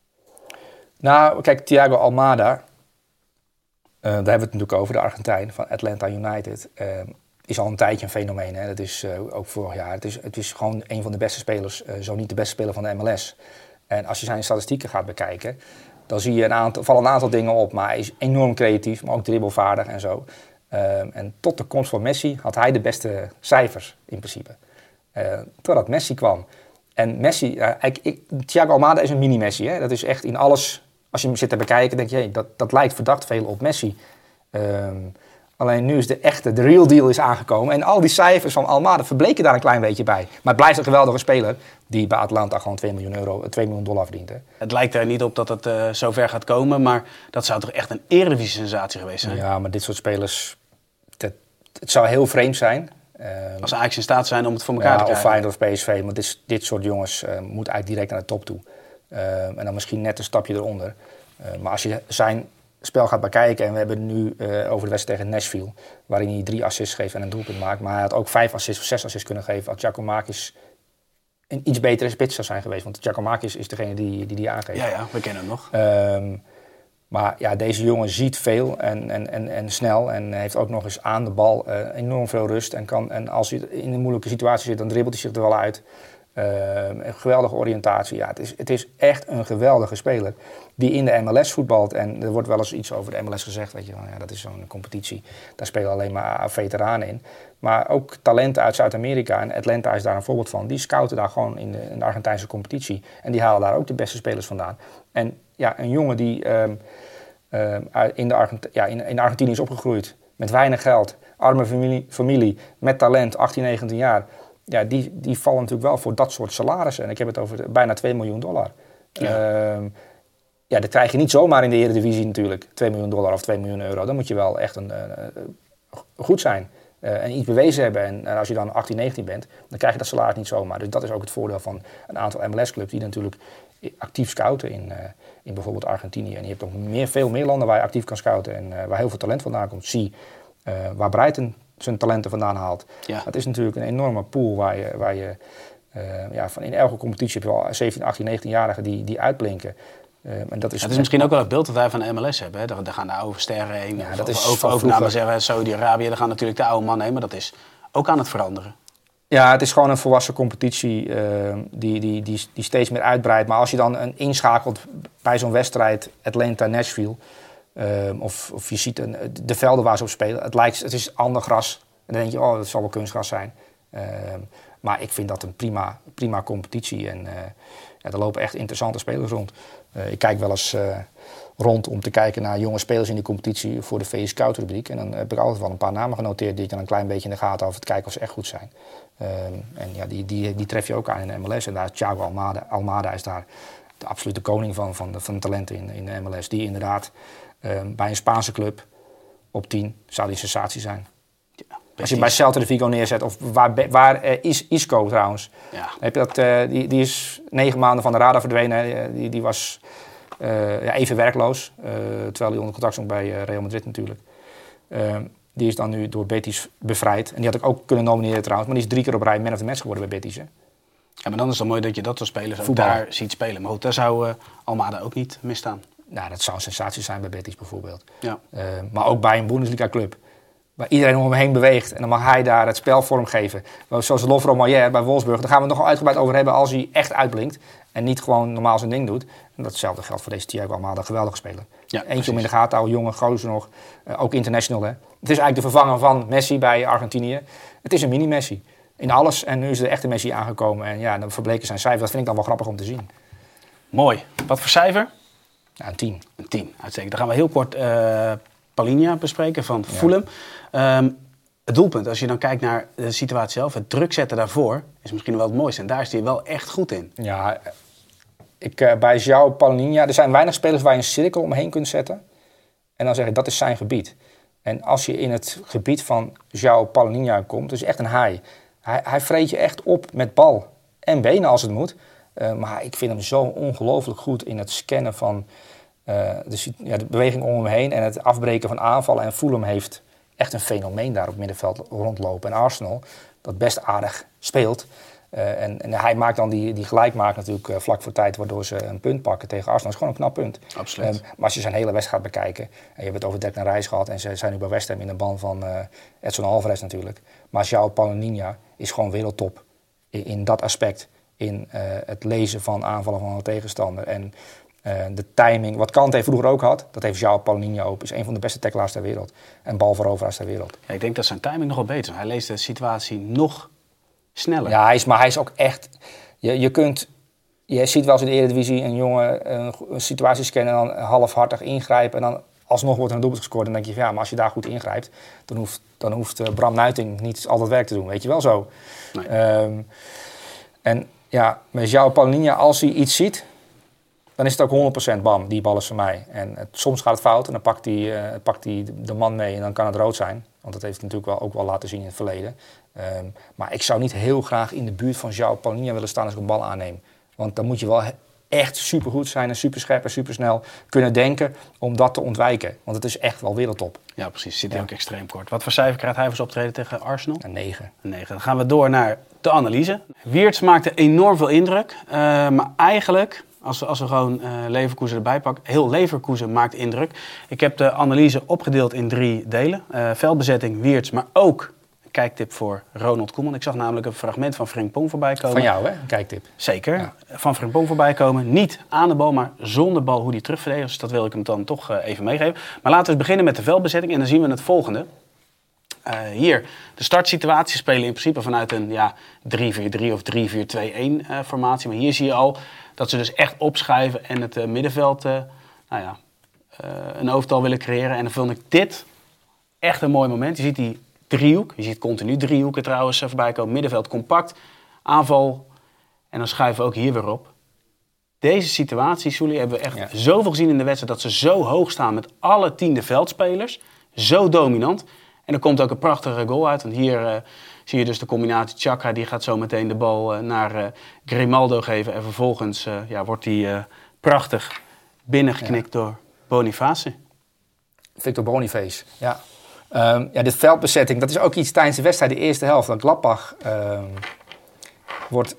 C: Nou, kijk, Thiago Almada, uh, daar hebben we het natuurlijk over, de Argentijn van Atlanta United, uh, is al een tijdje een fenomeen. Hè? Dat is uh, ook vorig jaar. Het is, het is gewoon een van de beste spelers, uh, zo niet de beste speler van de M L S. En als je zijn statistieken gaat bekijken, dan zie je een aantal, vallen een aantal dingen op. Maar hij is enorm creatief, maar ook dribbelvaardig en zo. Um, en tot de komst van Messi had hij de beste cijfers in principe. Uh, totdat Messi kwam. En Messi, uh, ik, ik, Thiago Almada is een mini-Messi. Hè? Dat is echt in alles, als je hem zit te bekijken, denk je, hey, dat, dat lijkt verdacht veel op Messi. Um, alleen nu is de echte, de real deal is aangekomen. En al die cijfers van Almada verbleken daar een klein beetje bij. Maar het blijft een geweldige speler die bij Atlanta gewoon twee miljoen euro, twee miljoen dollar verdient. Hè?
B: Het lijkt er niet op dat het uh, zover gaat komen, maar dat zou toch echt een eredivisie-sensatie geweest zijn?
C: Ja, maar dit soort spelers, dat, het zou heel vreemd zijn. Uh,
B: Als Ajax in staat zijn om het voor elkaar
C: ja,
B: te krijgen.
C: Of Feyenoord of P S V, maar dit, dit soort jongens uh, moet eigenlijk direct naar de top toe. Uh, en dan misschien net een stapje eronder. Uh, maar als je zijn spel gaat bekijken, en we hebben het nu uh, over de wedstrijd tegen Nashville, waarin hij drie assists geeft en een doelpunt maakt, maar hij had ook vijf assists of zes assists kunnen geven als Giacomakis een iets betere spits zou zijn geweest. Want Giacomakis is degene die die, die aangeeft.
B: Ja, ja, we kennen hem nog.
C: Um, maar ja, deze jongen ziet veel en, en, en, en snel en heeft ook nog eens aan de bal uh, enorm veel rust. En, kan, en als hij in een moeilijke situatie zit, dan dribbelt hij zich er wel uit. Uh, een geweldige oriëntatie. Ja, het, is, het is echt een geweldige speler die in de M L S voetbalt. En er wordt wel eens iets over de M L S gezegd. Weet je, van, ja, dat is zo'n competitie. Daar spelen alleen maar veteranen in. Maar ook talenten uit Zuid-Amerika. En Atlanta is daar een voorbeeld van. Die scouten daar gewoon in de, in de Argentijnse competitie. En die halen daar ook de beste spelers vandaan. En ja, een jongen die um, um, in, de Argent- ja, in, in Argentinië is opgegroeid. Met weinig geld. Arme familie, familie met talent, achttien, negentien jaar. Ja, die, die vallen natuurlijk wel voor dat soort salarissen. En ik heb het over bijna twee miljoen dollar. Ja. Um, ja, dat krijg je niet zomaar in de Eredivisie natuurlijk. twee miljoen dollar of twee miljoen euro. Dan moet je wel echt een, uh, goed zijn. Uh, en iets bewezen hebben. En uh, als je dan achttien, negentien bent, dan krijg je dat salaris niet zomaar. Dus dat is ook het voordeel van een aantal M L S-clubs die natuurlijk actief scouten in, uh, in bijvoorbeeld Argentinië. En je hebt ook meer, veel meer landen waar je actief kan scouten en uh, waar heel veel talent vandaan komt. Zie uh, waar Brighton zijn talenten vandaan haalt. Ja. Dat is natuurlijk een enorme pool waar je, waar je uh, ja, van in elke competitie heb je wel zeventien, achttien, negentien-jarigen die, die uitblinken. Uh, en dat is,
B: het is misschien ook wel het beeld dat wij van de M L S hebben. Hè? Daar, daar gaan de oude sterren heen.
C: Ja,
B: of,
C: dat is
B: over, over naar zeggen Saudi-Arabië, daar gaan natuurlijk de oude mannen heen. Maar dat is ook aan het veranderen.
C: Ja, het is gewoon een volwassen competitie uh, die, die, die, die steeds meer uitbreidt. Maar als je dan een inschakelt bij zo'n wedstrijd Atlanta-Nashville... Uh, of, of je ziet een, de velden waar ze op spelen. Het, lijkt, het is ander gras. En dan denk je, oh, dat zal wel kunstgras zijn. Uh, maar ik vind dat een prima, prima competitie. En uh, ja, er lopen echt interessante spelers rond. Uh, ik kijk wel eens uh, rond om te kijken naar jonge spelers in die competitie voor de V S Scout rubriek. En dan heb ik altijd wel een paar namen genoteerd die ik dan een klein beetje in de gaten hou om te kijken of ze echt goed zijn. Uh, en ja, die, die, die tref je ook aan in de M L S. En daar is Thiago Almada, Almada is daar de absolute koning van, van de, van de talenten in, in de M L S. Die inderdaad uh, bij een Spaanse club op tien zou die een sensatie zijn. Ja, als je bij Celta de Vigo neerzet, of waar, waar uh, is Isco trouwens, ja. heb je dat, uh, die, die is negen maanden van de radar verdwenen. Die, die was uh, ja, even werkloos, uh, terwijl hij onder contract stond bij uh, Real Madrid natuurlijk. Uh, die is dan nu door Betis bevrijd. En die had ik ook kunnen nomineren trouwens, maar die is drie keer op rij man of the match geworden bij Betis. Hè?
B: Ja, maar dan is het mooi dat je dat soort spelers ook daar ziet spelen. Maar goed, daar zou uh, Almada ook niet misstaan.
C: Nou, dat zou een sensatie zijn bij Betis bijvoorbeeld.
B: Ja.
C: Uh, maar ook bij een Bundesliga-club. Waar iedereen om hem heen beweegt. En dan mag hij daar het spel vormgeven. Zoals Lovro Maillet bij Wolfsburg. Daar gaan we het nog uitgebreid over hebben als hij echt uitblinkt. En niet gewoon normaal zijn ding doet. En datzelfde geldt voor deze Thiago Almada. Geweldige speler. Ja, Eentje precies. Om in de gaten te houden. Jonge gozer nog. Uh, ook international. Hè. Het is eigenlijk de vervanger van Messi bij Argentinië. Het is een mini-Messi. In alles. En nu is de echte Messi aangekomen. En ja, dan verbleken zijn cijfer. Dat vind ik dan wel grappig om te zien.
B: Mooi. Wat voor cijfer?
C: Ja, een tien.
B: Een tien, uitstekend. Dan gaan we heel kort uh, Palhinha bespreken van ja. Fulham. Um, het doelpunt, als je dan kijkt naar de situatie zelf, het druk zetten daarvoor, is misschien wel het mooiste. En daar is hij wel echt goed in.
C: Ja, ik, uh, bij João Palhinha, er zijn weinig spelers waar je een cirkel omheen kunt zetten. En dan zeg je, dat is zijn gebied. En als je in het gebied van João Palhinha komt, dus echt een haai. Hij, hij vreet je echt op met bal en benen als het moet. Uh, maar ik vind hem zo ongelooflijk goed in het scannen van uh, de, ja, de beweging om hem heen en het afbreken van aanvallen. En Fulham heeft echt een fenomeen daar op het middenveld rondlopen. En Arsenal, dat best aardig speelt. Uh, en, en hij maakt dan die, die gelijkmaak natuurlijk uh, vlak voor tijd, waardoor ze een punt pakken tegen Arsenal. Dat is gewoon een knap punt.
B: Absoluut. Um,
C: maar als je zijn hele wedstrijd gaat bekijken, en je hebt het over Declan Rice gehad en ze zijn nu bij West Ham in de ban van uh, Edson Alvarez natuurlijk. Maar João Palhinha is gewoon wereldtop in, in dat aspect. In uh, het lezen van aanvallen van een tegenstander. En uh, de timing, wat Kante vroeger ook had, dat heeft João Palhinha ook. Is een van de beste tacklaars ter wereld. En balveroveraars ter wereld.
B: Ja, ik denk dat zijn timing nog wel beter is. Hij leest de situatie nog sneller.
C: Ja, hij is, maar hij is ook echt... Je, je kunt... Je ziet wel eens in de Eredivisie een jongen een, een situatie scannen en dan halfhartig ingrijpen. En dan alsnog wordt er een doelpunt gescoord. En dan denk je van ja, maar als je daar goed ingrijpt, dan hoeft, dan hoeft uh, Bram Nuiting niet al dat werk te doen. Weet je wel zo. Nee. Um, en ja, met João Palhinha, als hij iets ziet, dan is het ook honderd procent bam, die bal is van mij. En het, soms gaat het fout en dan pakt hij, uh, pakt hij de man mee en dan kan het rood zijn. Want dat heeft hij natuurlijk wel, ook wel laten zien in het verleden. Um, maar ik zou niet heel graag in de buurt van João Palhinha willen staan als ik een bal aanneem. Want dan moet je wel echt supergoed zijn en superscherp en supersnel kunnen denken om dat te ontwijken. Want het is echt wel wereldtop.
B: Ja, precies. Zit hij ja. ook extreem kort. Wat voor cijfer krijgt hij voor zijn optreden tegen Arsenal?
C: Een negen.
B: Een negen. Dan gaan we door naar de analyse. Wiertz maakte enorm veel indruk. Uh, maar eigenlijk, als we, als we gewoon uh, Leverkusen erbij pakken, heel Leverkusen maakt indruk. Ik heb de analyse opgedeeld in drie delen. Uh, veldbezetting, Wiertz, maar ook kijktip voor Ronald Koeman. Ik zag namelijk een fragment van Frimpong voorbij komen.
C: Van jou, hè? Een kijktip.
B: Zeker.
C: Ja.
B: Van Frimpong voorbij komen. Niet aan de bal, maar zonder bal hoe die terugverdedigt. Dus dat wil ik hem dan toch uh, even meegeven. Maar laten we eens beginnen met de veldbezetting. En dan zien we het volgende. Uh, hier, de startsituatie spelen in principe vanuit een ja, drie vier drie of drie vier twee een uh, formatie. Maar hier zie je al dat ze dus echt opschuiven en het uh, middenveld uh, nou ja, uh, een overtal willen creëren. En dan vond ik dit echt een mooi moment. Je ziet die driehoek, je ziet continu driehoeken trouwens uh, voorbij komen. Middenveld compact, aanval en dan schuiven we ook hier weer op. Deze situatie, Soelie, hebben we echt ja. zoveel gezien in de wedstrijd dat ze zo hoog staan met alle tiende veldspelers. Zo dominant. En er komt ook een prachtige goal uit. Want hier uh, zie je dus de combinatie Xhaka. Die gaat zo meteen de bal uh, naar uh, Grimaldo geven. En vervolgens uh, ja, wordt die uh, prachtig binnengeknikt ja. door Boniface.
C: Victor Boniface, ja. Um, ja, dit veldbezetting, dat is ook iets tijdens de wedstrijd, de eerste helft. Dat Gladbach um, wordt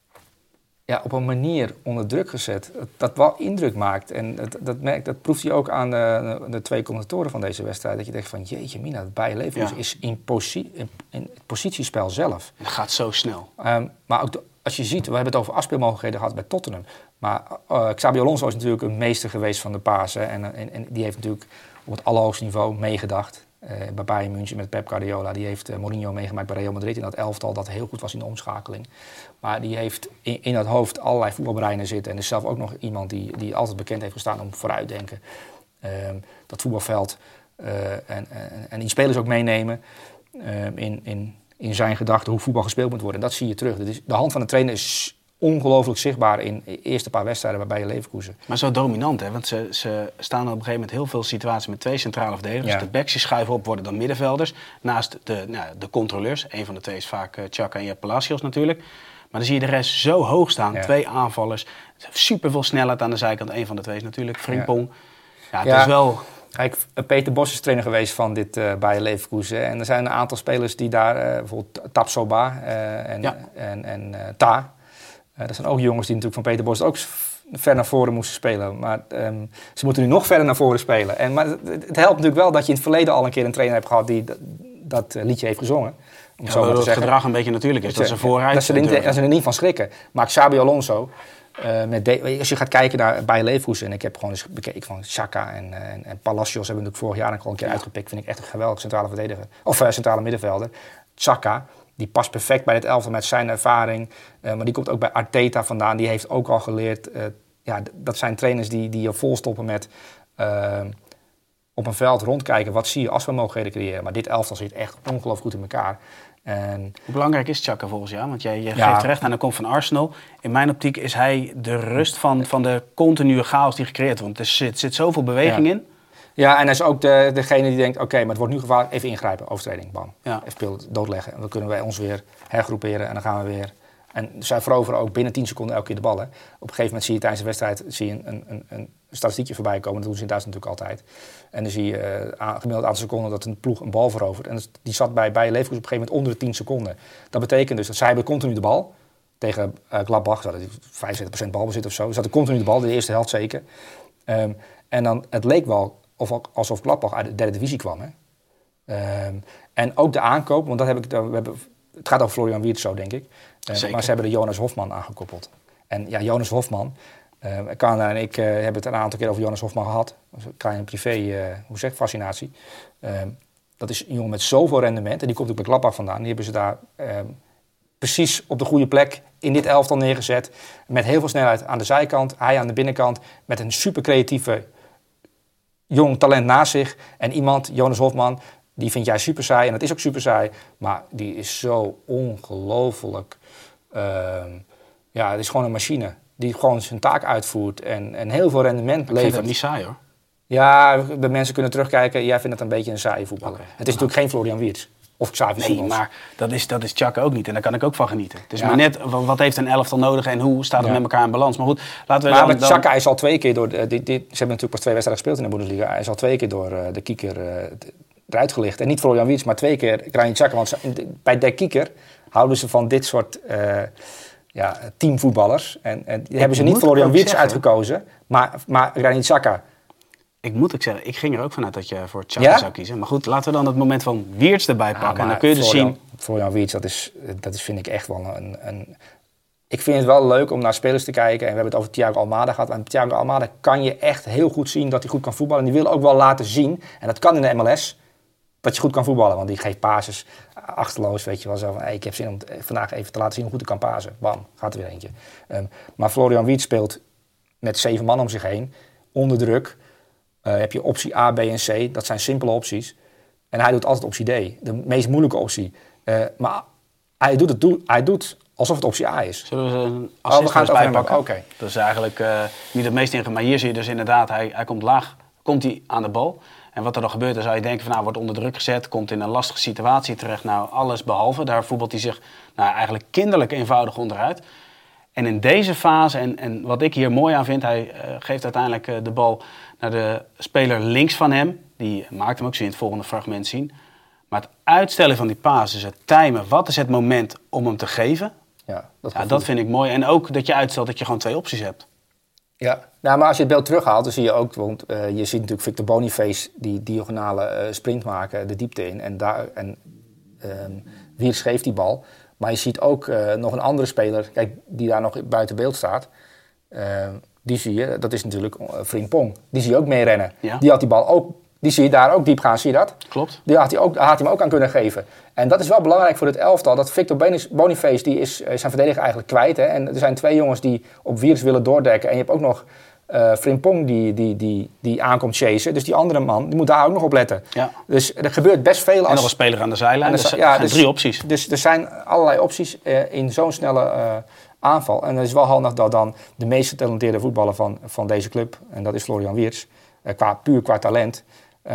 C: ja, op een manier onder druk gezet. Dat, dat wel indruk maakt. En dat, dat, merkt, dat proeft hij ook aan de, de twee commentatoren van deze wedstrijd. Dat je denkt van, jeetje mina, het Bayer Leverkusen ja. is in, posi- in, in het positiespel zelf.
B: Het gaat zo snel.
C: Um, maar ook de, als je ziet, we hebben het over afspeelmogelijkheden gehad bij Tottenham. Maar uh, Xabi Alonso is natuurlijk een meester geweest van de pasen. En, en, en die heeft natuurlijk op het allerhoogste niveau meegedacht. Uh, bij Bayern München met Pep Guardiola. Die heeft uh, Mourinho meegemaakt bij Real Madrid in dat elftal dat heel goed was in de omschakeling. Maar die heeft in, in dat hoofd allerlei voetbalbreinen zitten. En is zelf ook nog iemand die, die altijd bekend heeft gestaan om vooruitdenken. Uh, dat voetbalveld uh, en, en, en die spelers ook meenemen uh, in, in, in zijn gedachten hoe voetbal gespeeld moet worden. En dat zie je terug. Dus de hand van de trainer is ongelooflijk zichtbaar in de eerste paar wedstrijden bij Bayer Leverkusen.
B: Maar zo dominant, hè? Want ze, ze staan op een gegeven moment heel veel situaties met twee centrale verdedigers.
C: Ja.
B: De backs die schuiven op, worden dan middenvelders. Naast de, nou, de controleurs. Een van de twee is vaak uh, Xhaka en je hebt Palacios natuurlijk. Maar dan zie je de rest zo hoog staan. Ja. Twee aanvallers. Super veel snelheid aan de zijkant. Een van de twee is natuurlijk Frimpong. Ja, ja het
C: ja.
B: is wel...
C: Kijk, Peter Bos is trainer geweest van dit uh, Bayer Leverkusen. En er zijn een aantal spelers die daar, uh, bijvoorbeeld Tapsoba uh, en, ja. en, en uh, Ta... Uh, dat zijn ook jongens die natuurlijk van Peter Bos ook ver naar voren moesten spelen. Maar um, ze moeten nu nog verder naar voren spelen. En, maar het, het helpt natuurlijk wel dat je in het verleden al een keer een trainer hebt gehad die dat, dat uh, liedje heeft gezongen. Om
B: ja,
C: zo maar te
B: het
C: zeggen.
B: gedrag een beetje natuurlijk is, dat, dat ze vooruit
C: dat ze, er, dat ze er niet van schrikken. Maar Xabi Alonso, uh, met de, als je gaat kijken naar Bayer Leverkusen, en ik heb gewoon eens bekeken van Xhaka en, en, en Palacios hebben we natuurlijk vorig jaar al een keer ja. uitgepikt. Vind ik echt een geweldig centrale verdediger. Of uh, centrale middenvelder. Xhaka. Die past perfect bij het elftal met zijn ervaring. Uh, maar die komt ook bij Arteta vandaan. Die heeft ook al geleerd. Uh, ja, d- dat zijn trainers die, die je volstoppen met uh, op een veld rondkijken. Wat zie je als we mogelijkheden creëren. Maar dit elftal zit echt ongelooflijk goed in elkaar. En
B: hoe belangrijk is Xhaka volgens jou? Want jij je
C: ja.
B: geeft terecht aan de komt van Arsenal. In mijn optiek is hij de rust van, van de continue chaos die gecreëerd wordt. Er zit, zit zoveel beweging
C: ja.
B: in.
C: Ja, en hij is ook de, degene die denkt, oké, okay, maar het wordt nu gevaarlijk. Even ingrijpen, overtreding, bam.
B: Ja.
C: Even speel doodleggen. En dan kunnen wij ons weer hergroeperen en dan gaan we weer. En zij veroveren ook binnen tien seconden elke keer de ballen. Op een gegeven moment zie je tijdens de wedstrijd zie je een, een, een statistiekje voorbij komen. Dat doen ze in Duitsland natuurlijk altijd. En dan zie je uh, gemiddeld aantal seconden dat een ploeg een bal verovert. En die zat bij Bayer Leverkusen op een gegeven moment onder de tien seconden. Dat betekent dus dat zij hebben continu de bal. Tegen uh, Gladbach hadden die vijfenzeventig procent balbezit of zo. Ze hadden continu de bal, de eerste helft zeker. Um, en dan, het leek wel of alsof Gladbach uit de derde divisie kwam. Hè? Um, en ook de aankoop, want dat heb ik, we hebben, het gaat over Florian Wirtz zo, denk ik. Uh, maar ze hebben de Jonas Hofman aangekoppeld. En ja, Jonas Hofman, uh, Kana en ik uh, hebben het een aantal keer over Jonas Hofman gehad. Een kleine privé, uh, hoe zeg fascinatie. Uh, dat is een jongen met zoveel rendement. En die komt ook bij Gladbach vandaan. Die hebben ze daar uh, precies op de goede plek in dit elftal neergezet. Met heel veel snelheid aan de zijkant, hij aan de binnenkant. Met een super creatieve jong talent naast zich. En iemand, Jonas Hofman, die vind jij super saai. En dat is ook super saai. Maar die is zo ongelooflijk. Uh, ja, het is gewoon een machine. Die gewoon zijn taak uitvoert. En, en heel veel rendement levert. Ik
B: vind dat niet saai hoor.
C: Ja, de mensen kunnen terugkijken. Jij vindt het een beetje een saaie voetballer. Okay. Het is nou. natuurlijk geen Florian Wirtz. Of Xavi
B: Nee,
C: Simons.
B: maar dat is, dat is Xhaka ook niet. En daar kan ik ook van genieten. Dus ja. maar net, wat heeft een elftal nodig en hoe staat het ja. met elkaar in balans? Maar goed, laten we
C: maar
B: dan...
C: met
B: dan...
C: Xhaka is al twee keer door... De, die, die, ze hebben natuurlijk pas twee wedstrijden gespeeld in de Bundesliga. Hij is al twee keer door uh, de Kieker uh, eruit gelicht. En niet Florian Wirtz, maar twee keer Granit Xhaka. Want bij de Kieker houden ze van dit soort uh, ja, teamvoetballers. En, en hebben ze niet Florian Wirtz uitgekozen, maar, maar Granit Xhaka.
B: Ik moet ook zeggen, ik ging er ook vanuit dat je voor Xhaka ja? zou kiezen. Maar goed, laten we dan het moment van Wirtz erbij pakken. Ja, en dan kun je dus zien
C: Florian Wirtz, dat is, dat is vind ik echt wel een, een... Ik vind het wel leuk om naar spelers te kijken. En we hebben het over Thiago Almada gehad. En Thiago Almada kan je echt heel goed zien dat hij goed kan voetballen. En die wil ook wel laten zien, en dat kan in de M L S, dat je goed kan voetballen. Want die geeft passes achterloos, weet je wel. Zo van, hey, ik heb zin om vandaag even te laten zien hoe goed ik kan pasen. Bam, gaat er weer eentje. Um, maar Florian Wirtz speelt met zeven man om zich heen. Onder druk. Uh, heb je optie A, B en C. Dat zijn simpele opties. En hij doet altijd optie D. De meest moeilijke optie. Uh, maar hij doet, het do- hij doet alsof het optie A is.
B: Zullen we een
C: Oh, we gaan het
B: assist
C: bijpakken.
B: Oké. Okay. Dat is eigenlijk uh, niet het meest ingewikkeld. Maar hier zie je dus inderdaad, hij, hij komt laag, komt hij aan de bal. En wat er dan gebeurt, dan zou je denken van nou, wordt onder druk gezet, komt in een lastige situatie terecht. Nou, alles behalve. Daar voetbalt hij zich nou, eigenlijk kinderlijk eenvoudig onderuit. En in deze fase, en, en wat ik hier mooi aan vind, hij uh, geeft uiteindelijk uh, de bal naar de speler links van hem. Die maakt hem ook, zie je in het volgende fragment zien. Maar het uitstellen van die paas, dus het timen, wat is het moment om hem te geven?
C: Ja, dat,
B: ja, dat vind ik mooi. En ook dat je uitstelt dat je gewoon twee opties hebt.
C: Ja, nou, maar als je het beeld terughaalt, dan zie je ook, want uh, je ziet natuurlijk Victor Boniface die diagonale uh, sprint maken, de diepte in. En, daar, en uh, Wirtz geeft die bal. Maar je ziet ook uh, nog een andere speler, kijk, die daar nog buiten beeld staat. Uh, die zie je, dat is natuurlijk uh, Frimpong. Die zie je ook mee rennen. Ja. Die had die bal ook, die zie je daar ook diep gaan, zie je dat?
B: Klopt.
C: Die had hij, ook, had hij hem ook aan kunnen geven. En dat is wel belangrijk voor dit elftal. Dat Victor Boniface, die is zijn verdediger eigenlijk kwijt. Hè? En er zijn twee jongens die op Wirtz willen doordekken. En je hebt ook nog uh, Frimpong die, die, die, die aankomt chasen. Dus die andere man, die moet daar ook nog op letten.
B: Ja.
C: Dus er gebeurt best veel. Als...
B: En nog een speler aan de zijlijn. Dus er
C: ja,
B: zijn
C: dus,
B: drie opties.
C: Dus er zijn allerlei opties uh, in zo'n snelle uh, aanval. En het is wel handig dat dan de meest getalenteerde voetballer van, van deze club, en dat is Florian Wirtz, uh, qua, puur qua talent, uh,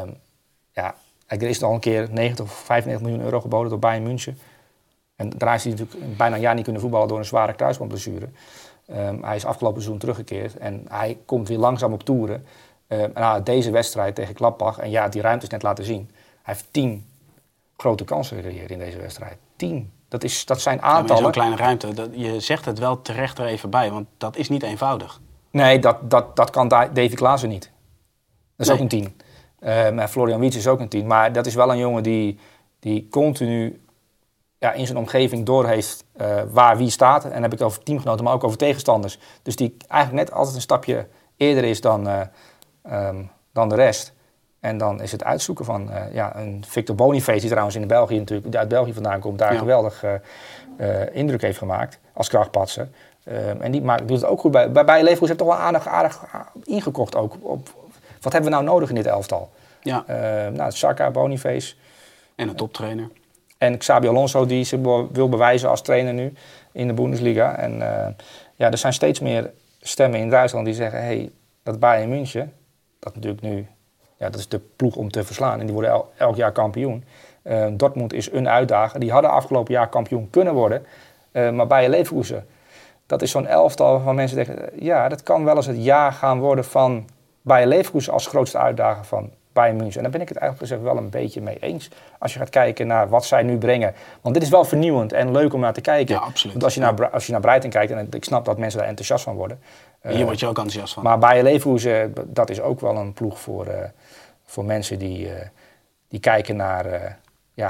C: ja... Er is al een keer negentig of vijfennegentig miljoen euro geboden door Bayern München. En daarna is hij natuurlijk bijna een jaar niet kunnen voetballen door een zware kruisbandblessure. Um, hij is afgelopen seizoen teruggekeerd en hij komt weer langzaam op toeren. Um, en nou, deze wedstrijd tegen Gladbach, en ja, die ruimte is net laten zien. Hij heeft tien grote kansen gecreëerd in deze wedstrijd. Tien. Dat, is, dat zijn aantallen.
B: Ja, zo'n kleine ruimte. Dat, je zegt het wel terecht er even bij, want dat is niet eenvoudig.
C: Nee, dat, dat, dat kan Davy Klaassen niet. Dat is nee. ook een tien. Uh, maar Florian Wirtz is ook een tien. Maar dat is wel een jongen die, die continu ja, in zijn omgeving doorheeft uh, waar wie staat. En dan heb ik het over teamgenoten, maar ook over tegenstanders. Dus die eigenlijk net altijd een stapje eerder is dan, uh, um, dan de rest. En dan is het uitzoeken van uh, ja, een Victor Boniface, die trouwens in de België natuurlijk, die uit België vandaan komt, daar ja. geweldig uh, uh, indruk heeft gemaakt als krachtpatser. Uh, en die maakt, doet het ook goed bij. Bij, bij Leverkusen heeft toch wel aardig, aardig ingekocht ook op... Wat hebben we nou nodig in dit elftal?
B: Ja.
C: Uh, nou, Saka, Boniface.
B: En een toptrainer.
C: En Xabi Alonso, die zich wil bewijzen als trainer nu in de Bundesliga. En uh, ja, er zijn steeds meer stemmen in Duitsland die zeggen... hey, dat Bayern München, dat natuurlijk nu... Ja, dat is de ploeg om te verslaan. En die worden el- elk jaar kampioen. Uh, Dortmund is een uitdager. Die hadden afgelopen jaar kampioen kunnen worden. Uh, maar Bayer Leverkusen, dat is zo'n elftal waarvan mensen denken... ja, dat kan wel eens het jaar gaan worden van... Bayer Leverkusen als grootste uitdager van Bayern München. En daar ben ik het eigenlijk gezegd wel een beetje mee eens. Als je gaat kijken naar wat zij nu brengen. Want dit is wel vernieuwend en leuk om naar te kijken.
B: Ja, absoluut.
C: Want als je, naar, als je naar Brighton kijkt, en ik snap dat mensen daar enthousiast van worden.
B: Hier uh, word je ook enthousiast van.
C: Maar Bayer Leverkusen, dat is ook wel een ploeg voor, uh, voor mensen die, uh, die kijken naar, uh, ja,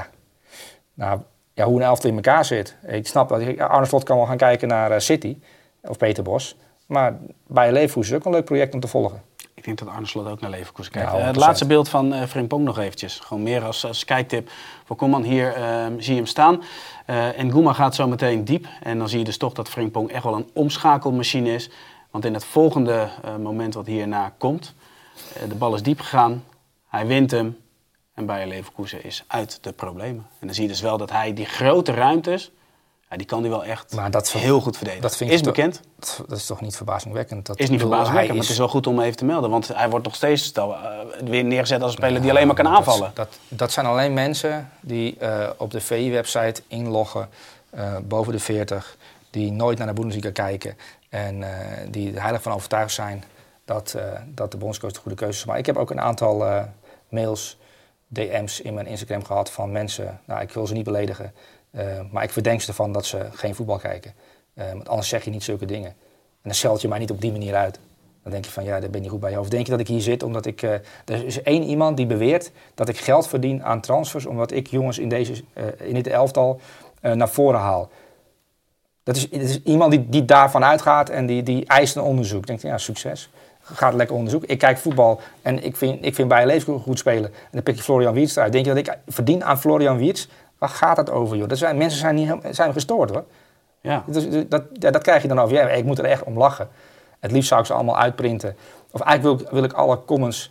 C: naar ja, hoe een elftal in elkaar zit. Ik snap dat Arne Slot kan wel gaan kijken naar uh, City of Peter Bos. Maar Bayer Leverkusen is ook een leuk project om te volgen.
B: Ik denk dat Arne Slot ook naar Leverkusen kijkt.
C: Ja,
B: uh, het laatste beeld van uh, Frimpong nog eventjes. Gewoon meer als, als kijktip voor Koeman. Hier uh, zie je hem staan. Uh, en Gouma gaat zo meteen diep. En dan zie je dus toch dat Frimpong echt wel een omschakelmachine is. Want in het volgende uh, moment wat hierna komt... Uh, de bal is diep gegaan. Hij wint hem. En Bayer Leverkusen is uit de problemen. En dan zie je dus wel dat hij die grote ruimtes... Ja, die kan hij wel echt maar dat heel goed verdedigen. Dat vind is bekend.
C: To, dat is toch niet verbazingwekkend? Dat
B: is niet verbazingwekkend, maar het is wel goed om even te melden. Want hij wordt nog steeds stel, uh, weer neergezet als een speler ja, die alleen maar kan aanvallen.
C: Dat, dat, dat zijn alleen mensen die uh, op de V I-website inloggen, uh, boven de veertig... die nooit naar de Bundesliga kijken... en uh, die er heilig van overtuigd zijn dat, uh, dat de bondscoach de goede keuze is. Maar ik heb ook een aantal uh, mails, D M's in mijn Instagram gehad van mensen... nou, ik wil ze niet beledigen... Uh, maar ik verdenk ze ervan dat ze geen voetbal kijken. Uh, want anders zeg je niet zulke dingen. En dan scheld je mij niet op die manier uit. Dan denk je van, ja, daar ben je niet goed bij je hoofd. Denk je dat ik hier zit omdat ik... Uh, er is één iemand die beweert dat ik geld verdien aan transfers... omdat ik jongens in, deze, uh, in dit elftal uh, naar voren haal. Dat is, dat is iemand die, die daarvan uitgaat en die, die eist een onderzoek. Denk je, ja, succes. Gaat lekker onderzoek. Ik kijk voetbal en ik vind, ik vind Bayer Leverkusen goed spelen. En dan pik je Florian Wirtz eruit. Denk je dat ik verdien aan Florian Wirtz? Waar gaat het over, joh? Dat zijn, mensen zijn, niet, zijn gestoord, hoor.
B: Ja.
C: Dat, dat, ja, dat krijg je dan over. Ja, ik moet er echt om lachen. Het liefst zou ik ze allemaal uitprinten. Of eigenlijk wil ik, wil ik alle comments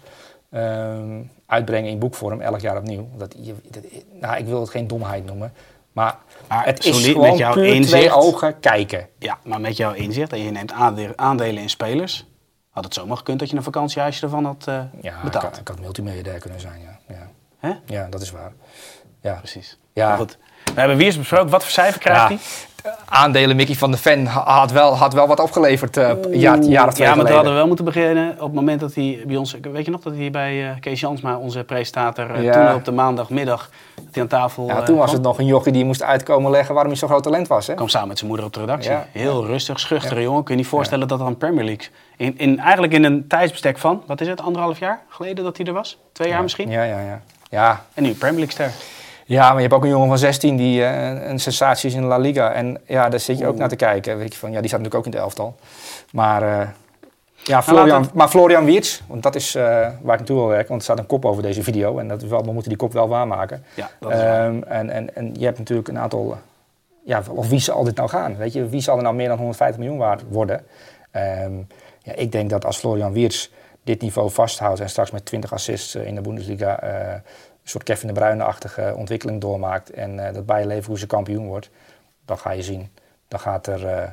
C: um, uitbrengen in boekvorm, elk jaar opnieuw. Dat, dat, nou, ik wil het geen domheid noemen. Maar, maar het is solide, gewoon met jouw puur inzicht, twee ogen kijken.
B: Ja, maar met jouw inzicht en je neemt aandelen in spelers... had het zomaar gekund dat je een vakantiehuisje ervan had uh,
C: ja,
B: betaald.
C: Ja, ik, ik had multimiljardair kunnen zijn, ja. Ja,
B: Hè?
C: Ja, dat is waar. Ja.
B: Precies.
C: Ja.
B: Maar goed. We hebben Wirtz besproken. Wat voor cijfer krijgt hij?
C: Ja. Aandelen Mickey van de Ven had wel, had wel wat opgeleverd uh, een jaar, jaar of twee
B: Ja, maar
C: we
B: hadden we wel moeten beginnen op het moment dat hij bij ons... Weet je nog dat hij bij uh, Kees Jansma, onze presentator... Uh,
C: ja.
B: toen op de maandagmiddag dat hij aan tafel...
C: Ja,
B: uh,
C: toen was
B: kwam.
C: het nog een jochie die moest uitkomen leggen waarom hij zo'n groot talent was. Hè?
B: Kwam samen met zijn moeder op de redactie.
C: Ja.
B: Heel
C: ja.
B: rustig, schuchtere
C: ja.
B: jongen. Kun je niet voorstellen ja. dat er een Premier League... In, in, eigenlijk in een tijdsbestek van, wat is het, anderhalf jaar geleden dat hij er was? Twee jaar
C: ja.
B: misschien?
C: Ja, ja, ja. ja.
B: En nu Premier League ster.
C: Ja, maar je hebt ook een jongen van zestien die uh, een sensatie is in de La Liga. En ja, daar zit je ook Oeh. naar te kijken. Weet je, van, ja, die staat natuurlijk ook in het elftal. Maar, uh, ja, Florian, nou, het... maar Florian Wirtz, want dat is uh, waar ik naartoe wil werken. Want er staat een kop over deze video. En dat is wel, we moeten die kop wel waarmaken.
B: Ja, dat is waar.
C: Um, en, en, en je hebt natuurlijk een aantal... Uh, ja, of wie zal dit nou gaan? Weet je, wie zal er nou meer dan honderdvijftig miljoen waard worden? Um, ja, ik denk dat als Florian Wirtz dit niveau vasthoudt... en straks met twintig assists uh, in de Bundesliga... Uh, een soort Kevin de Bruyne-achtige ontwikkeling doormaakt en uh, dat Bayer Leverkusen kampioen wordt, dan ga je zien. Dan gaat er uh,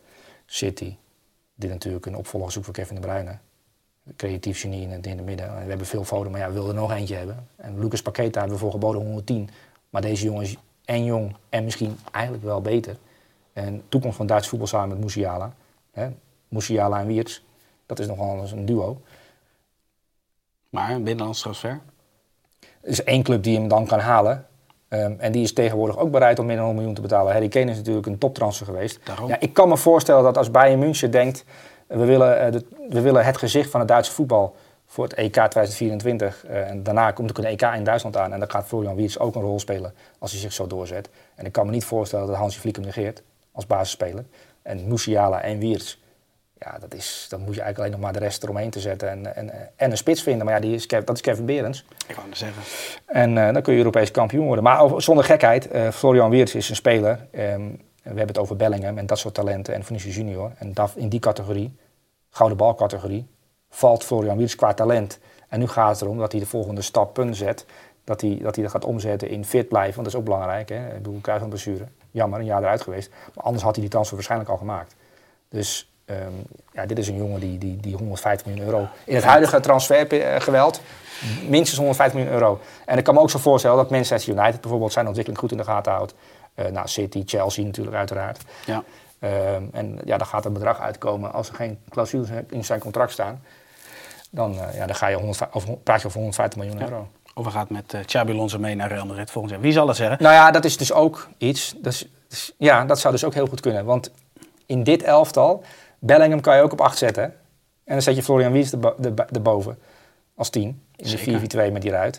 C: City, die natuurlijk een opvolger zoekt voor Kevin de Bruyne. Creatief genie in het, in het midden. We hebben veel Foden, maar ja, we wilden er nog eentje hebben. En Lucas Paqueta hebben we voor geboden honderdtien. Maar deze jongen is en jong en misschien eigenlijk wel beter. En toekomst van Duits voetbal samen met Musiala. Hè? Musiala en Wirtz, dat is nogal eens een duo.
B: Maar een binnenlands transfer?
C: Er is één club die hem dan kan halen. Um, en die is tegenwoordig ook bereid om meer dan honderd miljoen te betalen. Harry Kane is natuurlijk een toptransfer geweest. Ja, ik kan me voorstellen dat als Bayern München denkt... We willen, uh, de, we willen het gezicht van het Duitse voetbal voor het E K twintig vierentwintig. Uh, en daarna komt ook een E K in Duitsland aan. En dan gaat Florian Wirtz ook een rol spelen als hij zich zo doorzet. En ik kan me niet voorstellen dat Hansi Flick hem negeert als basisspeler. En Musiala en Wirtz... Ja, dat is, dan moet je eigenlijk alleen nog maar de rest eromheen te zetten en, en, en een spits vinden. Maar ja, die is, dat is Kevin Behrens.
B: Ik wou het zeggen.
C: En uh, dan kun je Europees kampioen worden. Maar over, zonder gekheid, uh, Florian Wirtz is een speler. Um, we hebben het over Bellingham en dat soort talenten en Vinicius Junior. En dat, in die categorie, gouden balcategorie, valt Florian Wirtz qua talent. En nu gaat het erom dat hij de volgende stappen zet. Dat hij, dat hij dat gaat omzetten in fit blijven. Want dat is ook belangrijk. Hè? Ik bedoel, kruis van blessure. Jammer, een jaar eruit geweest. Maar anders had hij die transfer waarschijnlijk al gemaakt. Dus... Um, ja, dit is een jongen die, die, die honderdvijftig miljoen euro... In het huidige transfergeweld minstens honderdvijftig miljoen euro. En ik kan me ook zo voorstellen dat Manchester United bijvoorbeeld zijn ontwikkeling goed in de gaten houdt. Uh, nou, City, Chelsea natuurlijk uiteraard.
B: Ja.
C: Um, en ja, dan gaat het bedrag uitkomen. Als er geen clausules in zijn contract staan, dan, uh, ja, dan ga je honderd, of, praat je over honderdvijftig miljoen
B: ja.
C: euro.
B: Of we gaan met uh, Xabi Alonso mee naar Real Madrid volgend jaar. Wie zal het zeggen?
C: Nou ja, dat is dus ook iets... Dus, dus, ja, dat zou dus ook heel goed kunnen. Want in dit elftal... Bellingham kan je ook op acht zetten. En dan zet je Florian Wirtz erboven. Als tien. In de vier vier twee met die ruit.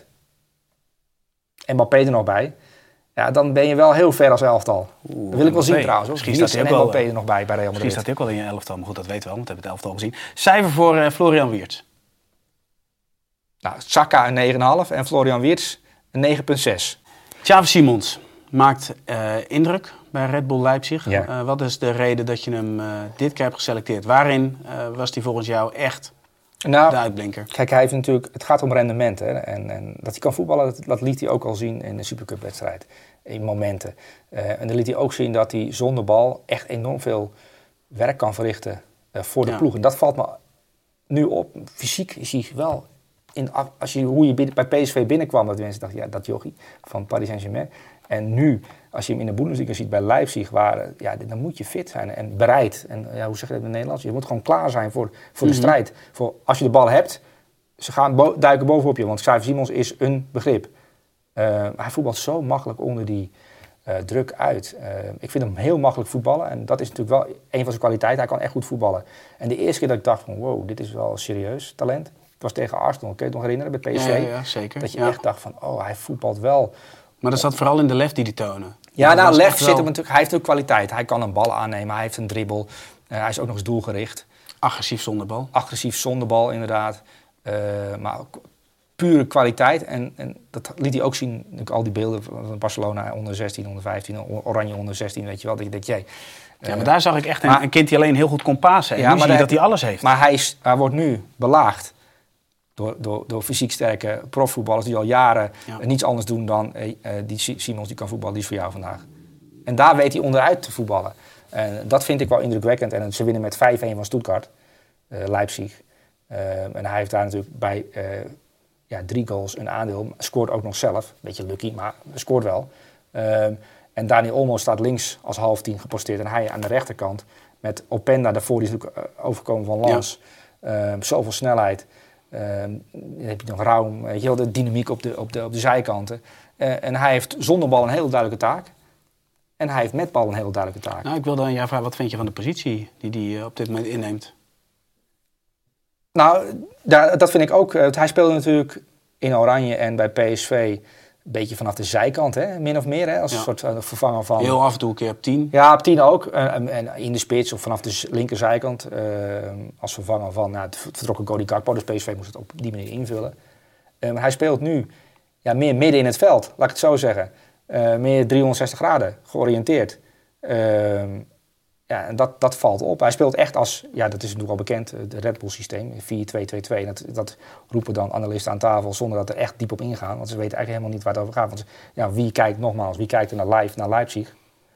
C: En Mbappé er nog bij. Ja, dan ben je wel heel ver als elftal. Oeh, dat wil ik wel zien trouwens.
B: Misschien staat hij ook wel,
C: Mbappé er nog bij bij Real Madrid.
B: Misschien staat hij ook wel in je elftal. Maar goed, dat weten we al. Want we hebben het elftal gezien. Cijfer voor uh, Florian Wirtz.
C: Nou, Saka een negen komma vijf en Florian Wirtz een negen komma zes.
B: Xavi Simons maakt uh, indruk bij Red Bull Leipzig.
C: Ja.
B: Uh, wat is de reden dat je hem uh, dit keer hebt geselecteerd? Waarin uh, was hij volgens jou echt nou, de uitblinker?
C: Kijk, hij heeft natuurlijk, het gaat om rendement. Hè? En, en dat hij kan voetballen, dat, dat liet hij ook al zien in de Supercup-wedstrijd. In momenten. Uh, en dan liet hij ook zien dat hij zonder bal echt enorm veel werk kan verrichten uh, voor de ja. ploeg. En dat valt me nu op. Fysiek is hij wel... In, als je, hoe je binnen, bij P S V binnenkwam, dat mensen dachten, ja, dat jochie van Paris Saint-Germain. En nu, als je hem in de Bundesliga ziet bij Leipzig, waar, ja, dan moet je fit zijn en bereid. En ja, hoe zeg je dat in het Nederlands? Je moet gewoon klaar zijn voor, voor mm-hmm. de strijd. Voor, als je de bal hebt, ze gaan bo- duiken bovenop je, want Xavi Simons is een begrip. Uh, hij voetbalt zo makkelijk onder die, uh, druk uit. Uh, ik vind hem heel makkelijk voetballen. En dat is natuurlijk wel een van zijn kwaliteiten. Hij kan echt goed voetballen. En de eerste keer dat ik dacht van wow, dit is wel serieus talent. Het was tegen Arsenal, kun je het nog herinneren, bij P S V?
B: Ja, ja, ja, zeker.
C: Dat je
B: ja.
C: echt dacht van oh, hij voetbalt wel.
B: Maar dat zat vooral in de lef die hij tonen.
C: Ja, nou, lef zit
B: wel...
C: hem natuurlijk. Hij heeft ook kwaliteit. Hij kan een bal aannemen, hij heeft een dribbel. Uh, hij is ook nog eens doelgericht.
B: Agressief zonder bal.
C: Agressief zonder bal, inderdaad. Uh, maar ook pure kwaliteit. En, en dat liet hij ook zien, al die beelden van Barcelona onder zestien, onder vijftien, Oranje onder zestien, weet je wel. Dat je denkt, jij. Uh,
B: ja, maar daar zag ik echt een,
C: maar,
B: een kind die alleen heel goed kon pasen. En ja, nu zie je dat hij alles heeft.
C: Maar hij, is, hij wordt nu belaagd door, door, door fysiek sterke profvoetballers die al jaren ja. niets anders doen dan uh, die Simons, die kan voetballen, die is voor jou vandaag. En daar weet hij onderuit te voetballen. En dat vind ik wel indrukwekkend. En ze winnen met vijf-een van Stuttgart, uh, Leipzig. Uh, en hij heeft daar natuurlijk bij uh, ja, drie goals een aandeel. Scoort ook nog zelf. Beetje lucky, maar scoort wel. Uh, en Dani Olmo staat links als half tien geposteerd. En hij aan de rechterkant. Met Openda daarvoor, die is natuurlijk overkomen van Lans. Ja. Uh, zoveel snelheid. Uh, dan heb je nog Raum. Weet je wel, de dynamiek op de, op de, op de zijkanten. Uh, en hij heeft zonder bal een hele duidelijke taak. En hij heeft met bal een hele duidelijke taak.
B: Nou, ik wilde aan jou vragen, wat vind je van de positie die hij op dit moment inneemt?
C: Nou, daar, dat vind ik ook. Uh, hij speelde natuurlijk in Oranje en bij P S V een beetje vanaf de zijkant, hè? Min of meer, hè? Als ja. een soort uh, vervanger van...
B: Heel af en toe een keer op tien.
C: Ja, op tien ook. Uh, en, en in de spits of vanaf de linkerzijkant uh, als vervanger van nou, het vertrokken Cody Gakpo. Dus P S V moest het op die manier invullen. Uh, maar hij speelt nu ja, meer midden in het veld, laat ik het zo zeggen. Uh, meer driehonderdzestig graden, georiënteerd. Uh, ja, en dat, dat valt op. Hij speelt echt als, ja, dat is natuurlijk al bekend, het Red Bull systeem, vier twee twee twee. Dat, dat roepen dan analisten aan tafel zonder dat er echt diep op ingaan. Want ze weten eigenlijk helemaal niet waar het over gaat. Want ja, wie kijkt, nogmaals, wie kijkt er naar live, naar Leipzig?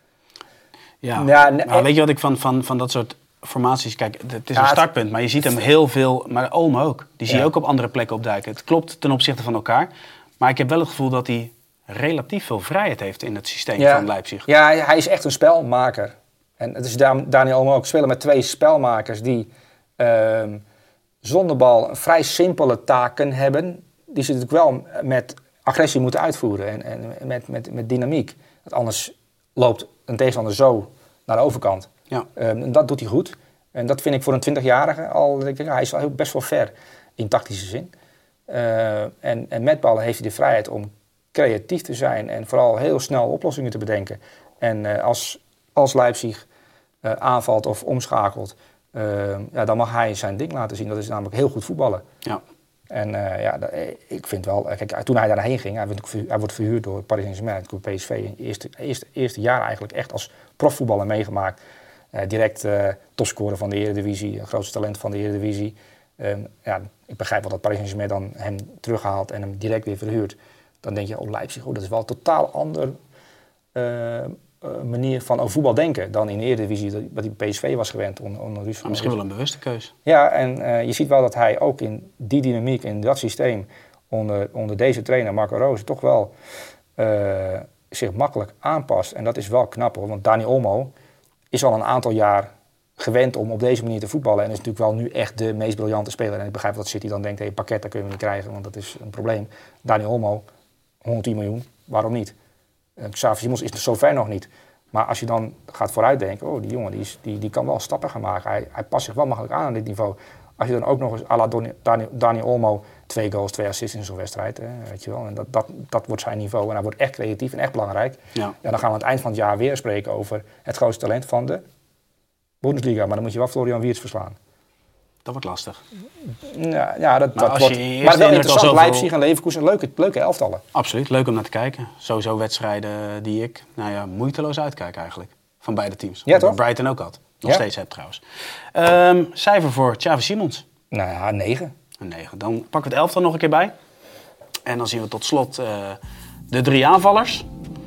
B: Ja, ja nou, en, weet je wat ik van, van, van dat soort formaties, kijk, het is ja, een startpunt, het, maar je ziet hem heel veel, maar Olmo ook. Die zie je ja. ook op andere plekken opduiken. Het klopt ten opzichte van elkaar, maar ik heb wel het gevoel dat hij relatief veel vrijheid heeft in het systeem ja. van Leipzig.
C: Ja, hij is echt een spelmaker. En het is Daniel Olmo ook spelen met twee spelmakers die uh, zonder bal vrij simpele taken hebben. Die ze natuurlijk wel met agressie moeten uitvoeren en, en met, met, met dynamiek. Want anders loopt een tegenstander zo naar de overkant. Ja. Um, en dat doet hij goed. En dat vind ik voor een twintigjarige al, ik denk, hij is al best wel ver in tactische zin. Uh, en, en met ballen heeft hij de vrijheid om creatief te zijn en vooral heel snel oplossingen te bedenken. En uh, als, als Leipzig uh, aanvalt of omschakelt, uh, ja, dan mag hij zijn ding laten zien. Dat is namelijk heel goed voetballen. Ja. En uh, ja, dat, ik vind wel, kijk, toen hij daarheen ging, hij wordt, hij wordt verhuurd door Paris Saint-Germain, door P S V, eerste, eerste, eerste jaar eigenlijk echt als profvoetballer meegemaakt. Uh, direct uh, topscorer van de Eredivisie, het grootste talent van de Eredivisie. Um, ja, ik begrijp wel dat Paris Saint-Germain dan hem terughaalt en hem direct weer verhuurt. Dan denk je, oh Leipzig, oh, dat is wel een totaal ander uh, uh, manier van over voetbal denken dan in de Eredivisie, wat hij P S V was gewend onder, onder Ruud van.
B: Misschien wel een bewuste keus.
C: Ja, en uh, je ziet wel dat hij ook in die dynamiek, in dat systeem, onder, onder deze trainer Marco Rose, toch wel uh, zich makkelijk aanpast. En dat is wel knap hoor, want Dani Olmo is al een aantal jaar gewend om op deze manier te voetballen. En is natuurlijk wel nu echt de meest briljante speler. En ik begrijp dat City dan denkt, hé, hey, pakket, dat kunnen we niet krijgen, want dat is een probleem. Dani Olmo, honderdtien miljoen, waarom niet? Uh, Xavi Simons is er zover nog niet. Maar als je dan gaat vooruitdenken, oh, die jongen die, is, die, die kan wel stappen gaan maken. Hij, hij past zich wel makkelijk aan aan dit niveau. Als je dan ook nog eens à la Dani, Dani Olmo twee goals, twee assists in zo'n wedstrijd, hè, weet je wel. En dat, dat, dat wordt zijn niveau. En hij wordt echt creatief en echt belangrijk. Ja. En dan gaan we aan het eind van het jaar weer spreken over het grootste talent van de Bundesliga. Maar dan moet je wel Florian Wirtz verslaan.
B: Dat wordt lastig.
C: Ja, ja dat, dat wordt... Maar wel interessant, zoveel... Leipzig en Leverkusen, leuke, leuke elftallen.
B: Absoluut, leuk om naar te kijken. Sowieso wedstrijden die ik nou ja, moeiteloos uitkijk eigenlijk. Van beide teams.
C: Ja, toch?
B: Brighton ook had. Nog ja? steeds heb trouwens. Um, cijfer voor Xavi Simons?
C: Nou ja, een negen.
B: Een negen. Dan pakken we het elftal nog een keer bij. En dan zien we tot slot uh, de drie aanvallers.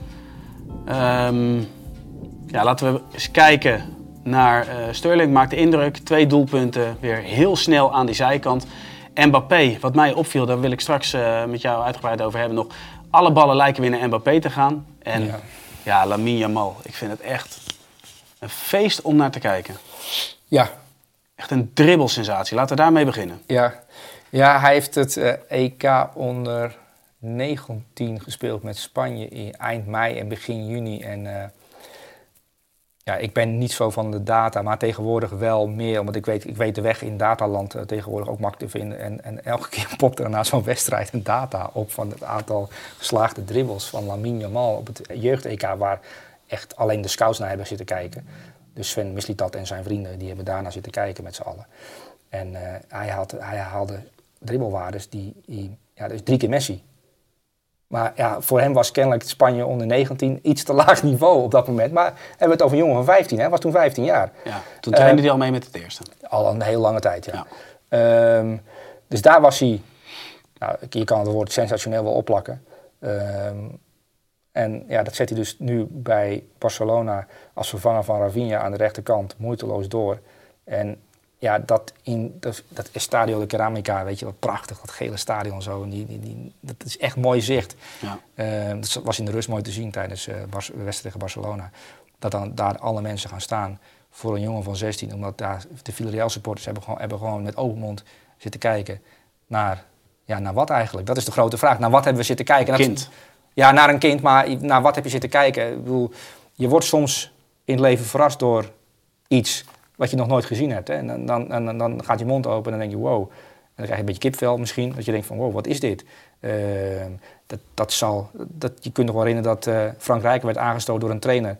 B: Um, ja, laten we eens kijken naar uh, Sterling. Maakt de indruk. Twee doelpunten. Weer heel snel aan die zijkant. Mbappé, wat mij opviel, daar wil ik straks uh, met jou uitgebreid over hebben nog. Alle ballen lijken weer naar Mbappé te gaan. En ja, ja Lamine Yamal. Ik vind het echt een feest om naar te kijken.
C: Ja.
B: Echt een dribbelsensatie. Laten we daarmee beginnen.
C: Ja, ja hij heeft het uh, E K onder negentien gespeeld met Spanje in eind mei en begin juni. En uh, ja, ik ben niet zo van de data, maar tegenwoordig wel meer. Omdat ik weet, ik weet de weg in dataland uh, tegenwoordig ook makkelijk te vinden. En, en elke keer popt er na zo'n wedstrijd een data op van het aantal geslaagde dribbles van Lamine Yamal op het jeugd-E K, waar echt alleen de scouts naar hebben zitten kijken. Dus Sven Mislintat en zijn vrienden, die hebben daarna zitten kijken met z'n allen. En uh, hij, had, hij haalde dribbelwaardes die, die... Ja, dus drie keer Messi. Maar ja, voor hem was kennelijk Spanje onder negentien iets te laag niveau op dat moment. Maar hebben we het over een jongen van vijftien, hè? Was toen vijftien jaar.
B: Ja, toen trainde uh, hij al mee met het eerste.
C: Al een hele lange tijd, ja. ja. Um, dus daar was hij... Nou, je kan het woord sensationeel wel opplakken. Um, en ja, dat zet hij dus nu bij Barcelona als vervanger van Rafinha aan de rechterkant moeiteloos door. En ja, dat in dat, dat Estadio de Ceramica, weet je wat prachtig, dat gele stadion zo. En die, die, die, dat is echt mooi zicht. Ja. Uh, dat was in de rust mooi te zien tijdens uh, Bar- de wedstrijd tegen Barcelona. Dat dan daar alle mensen gaan staan voor een jongen van zestien. Omdat daar de Villarreal supporters hebben gewoon, hebben gewoon met open mond zitten kijken naar, ja, naar wat eigenlijk. Dat is de grote vraag. Naar wat hebben we zitten kijken?
B: Een kind.
C: Dat, ja, naar een kind, maar naar wat heb je zitten kijken? Ik bedoel, je wordt soms in het leven verrast door iets wat je nog nooit gezien hebt. Hè? En dan, dan, dan, dan gaat je mond open en dan denk je wow. En dan krijg je een beetje kipvel misschien. Dat je denkt van wow, wat is dit? Uh, dat, dat zal, dat, je kunt nog wel herinneren dat uh, Frank Rijkaard werd aangestoten door een trainer.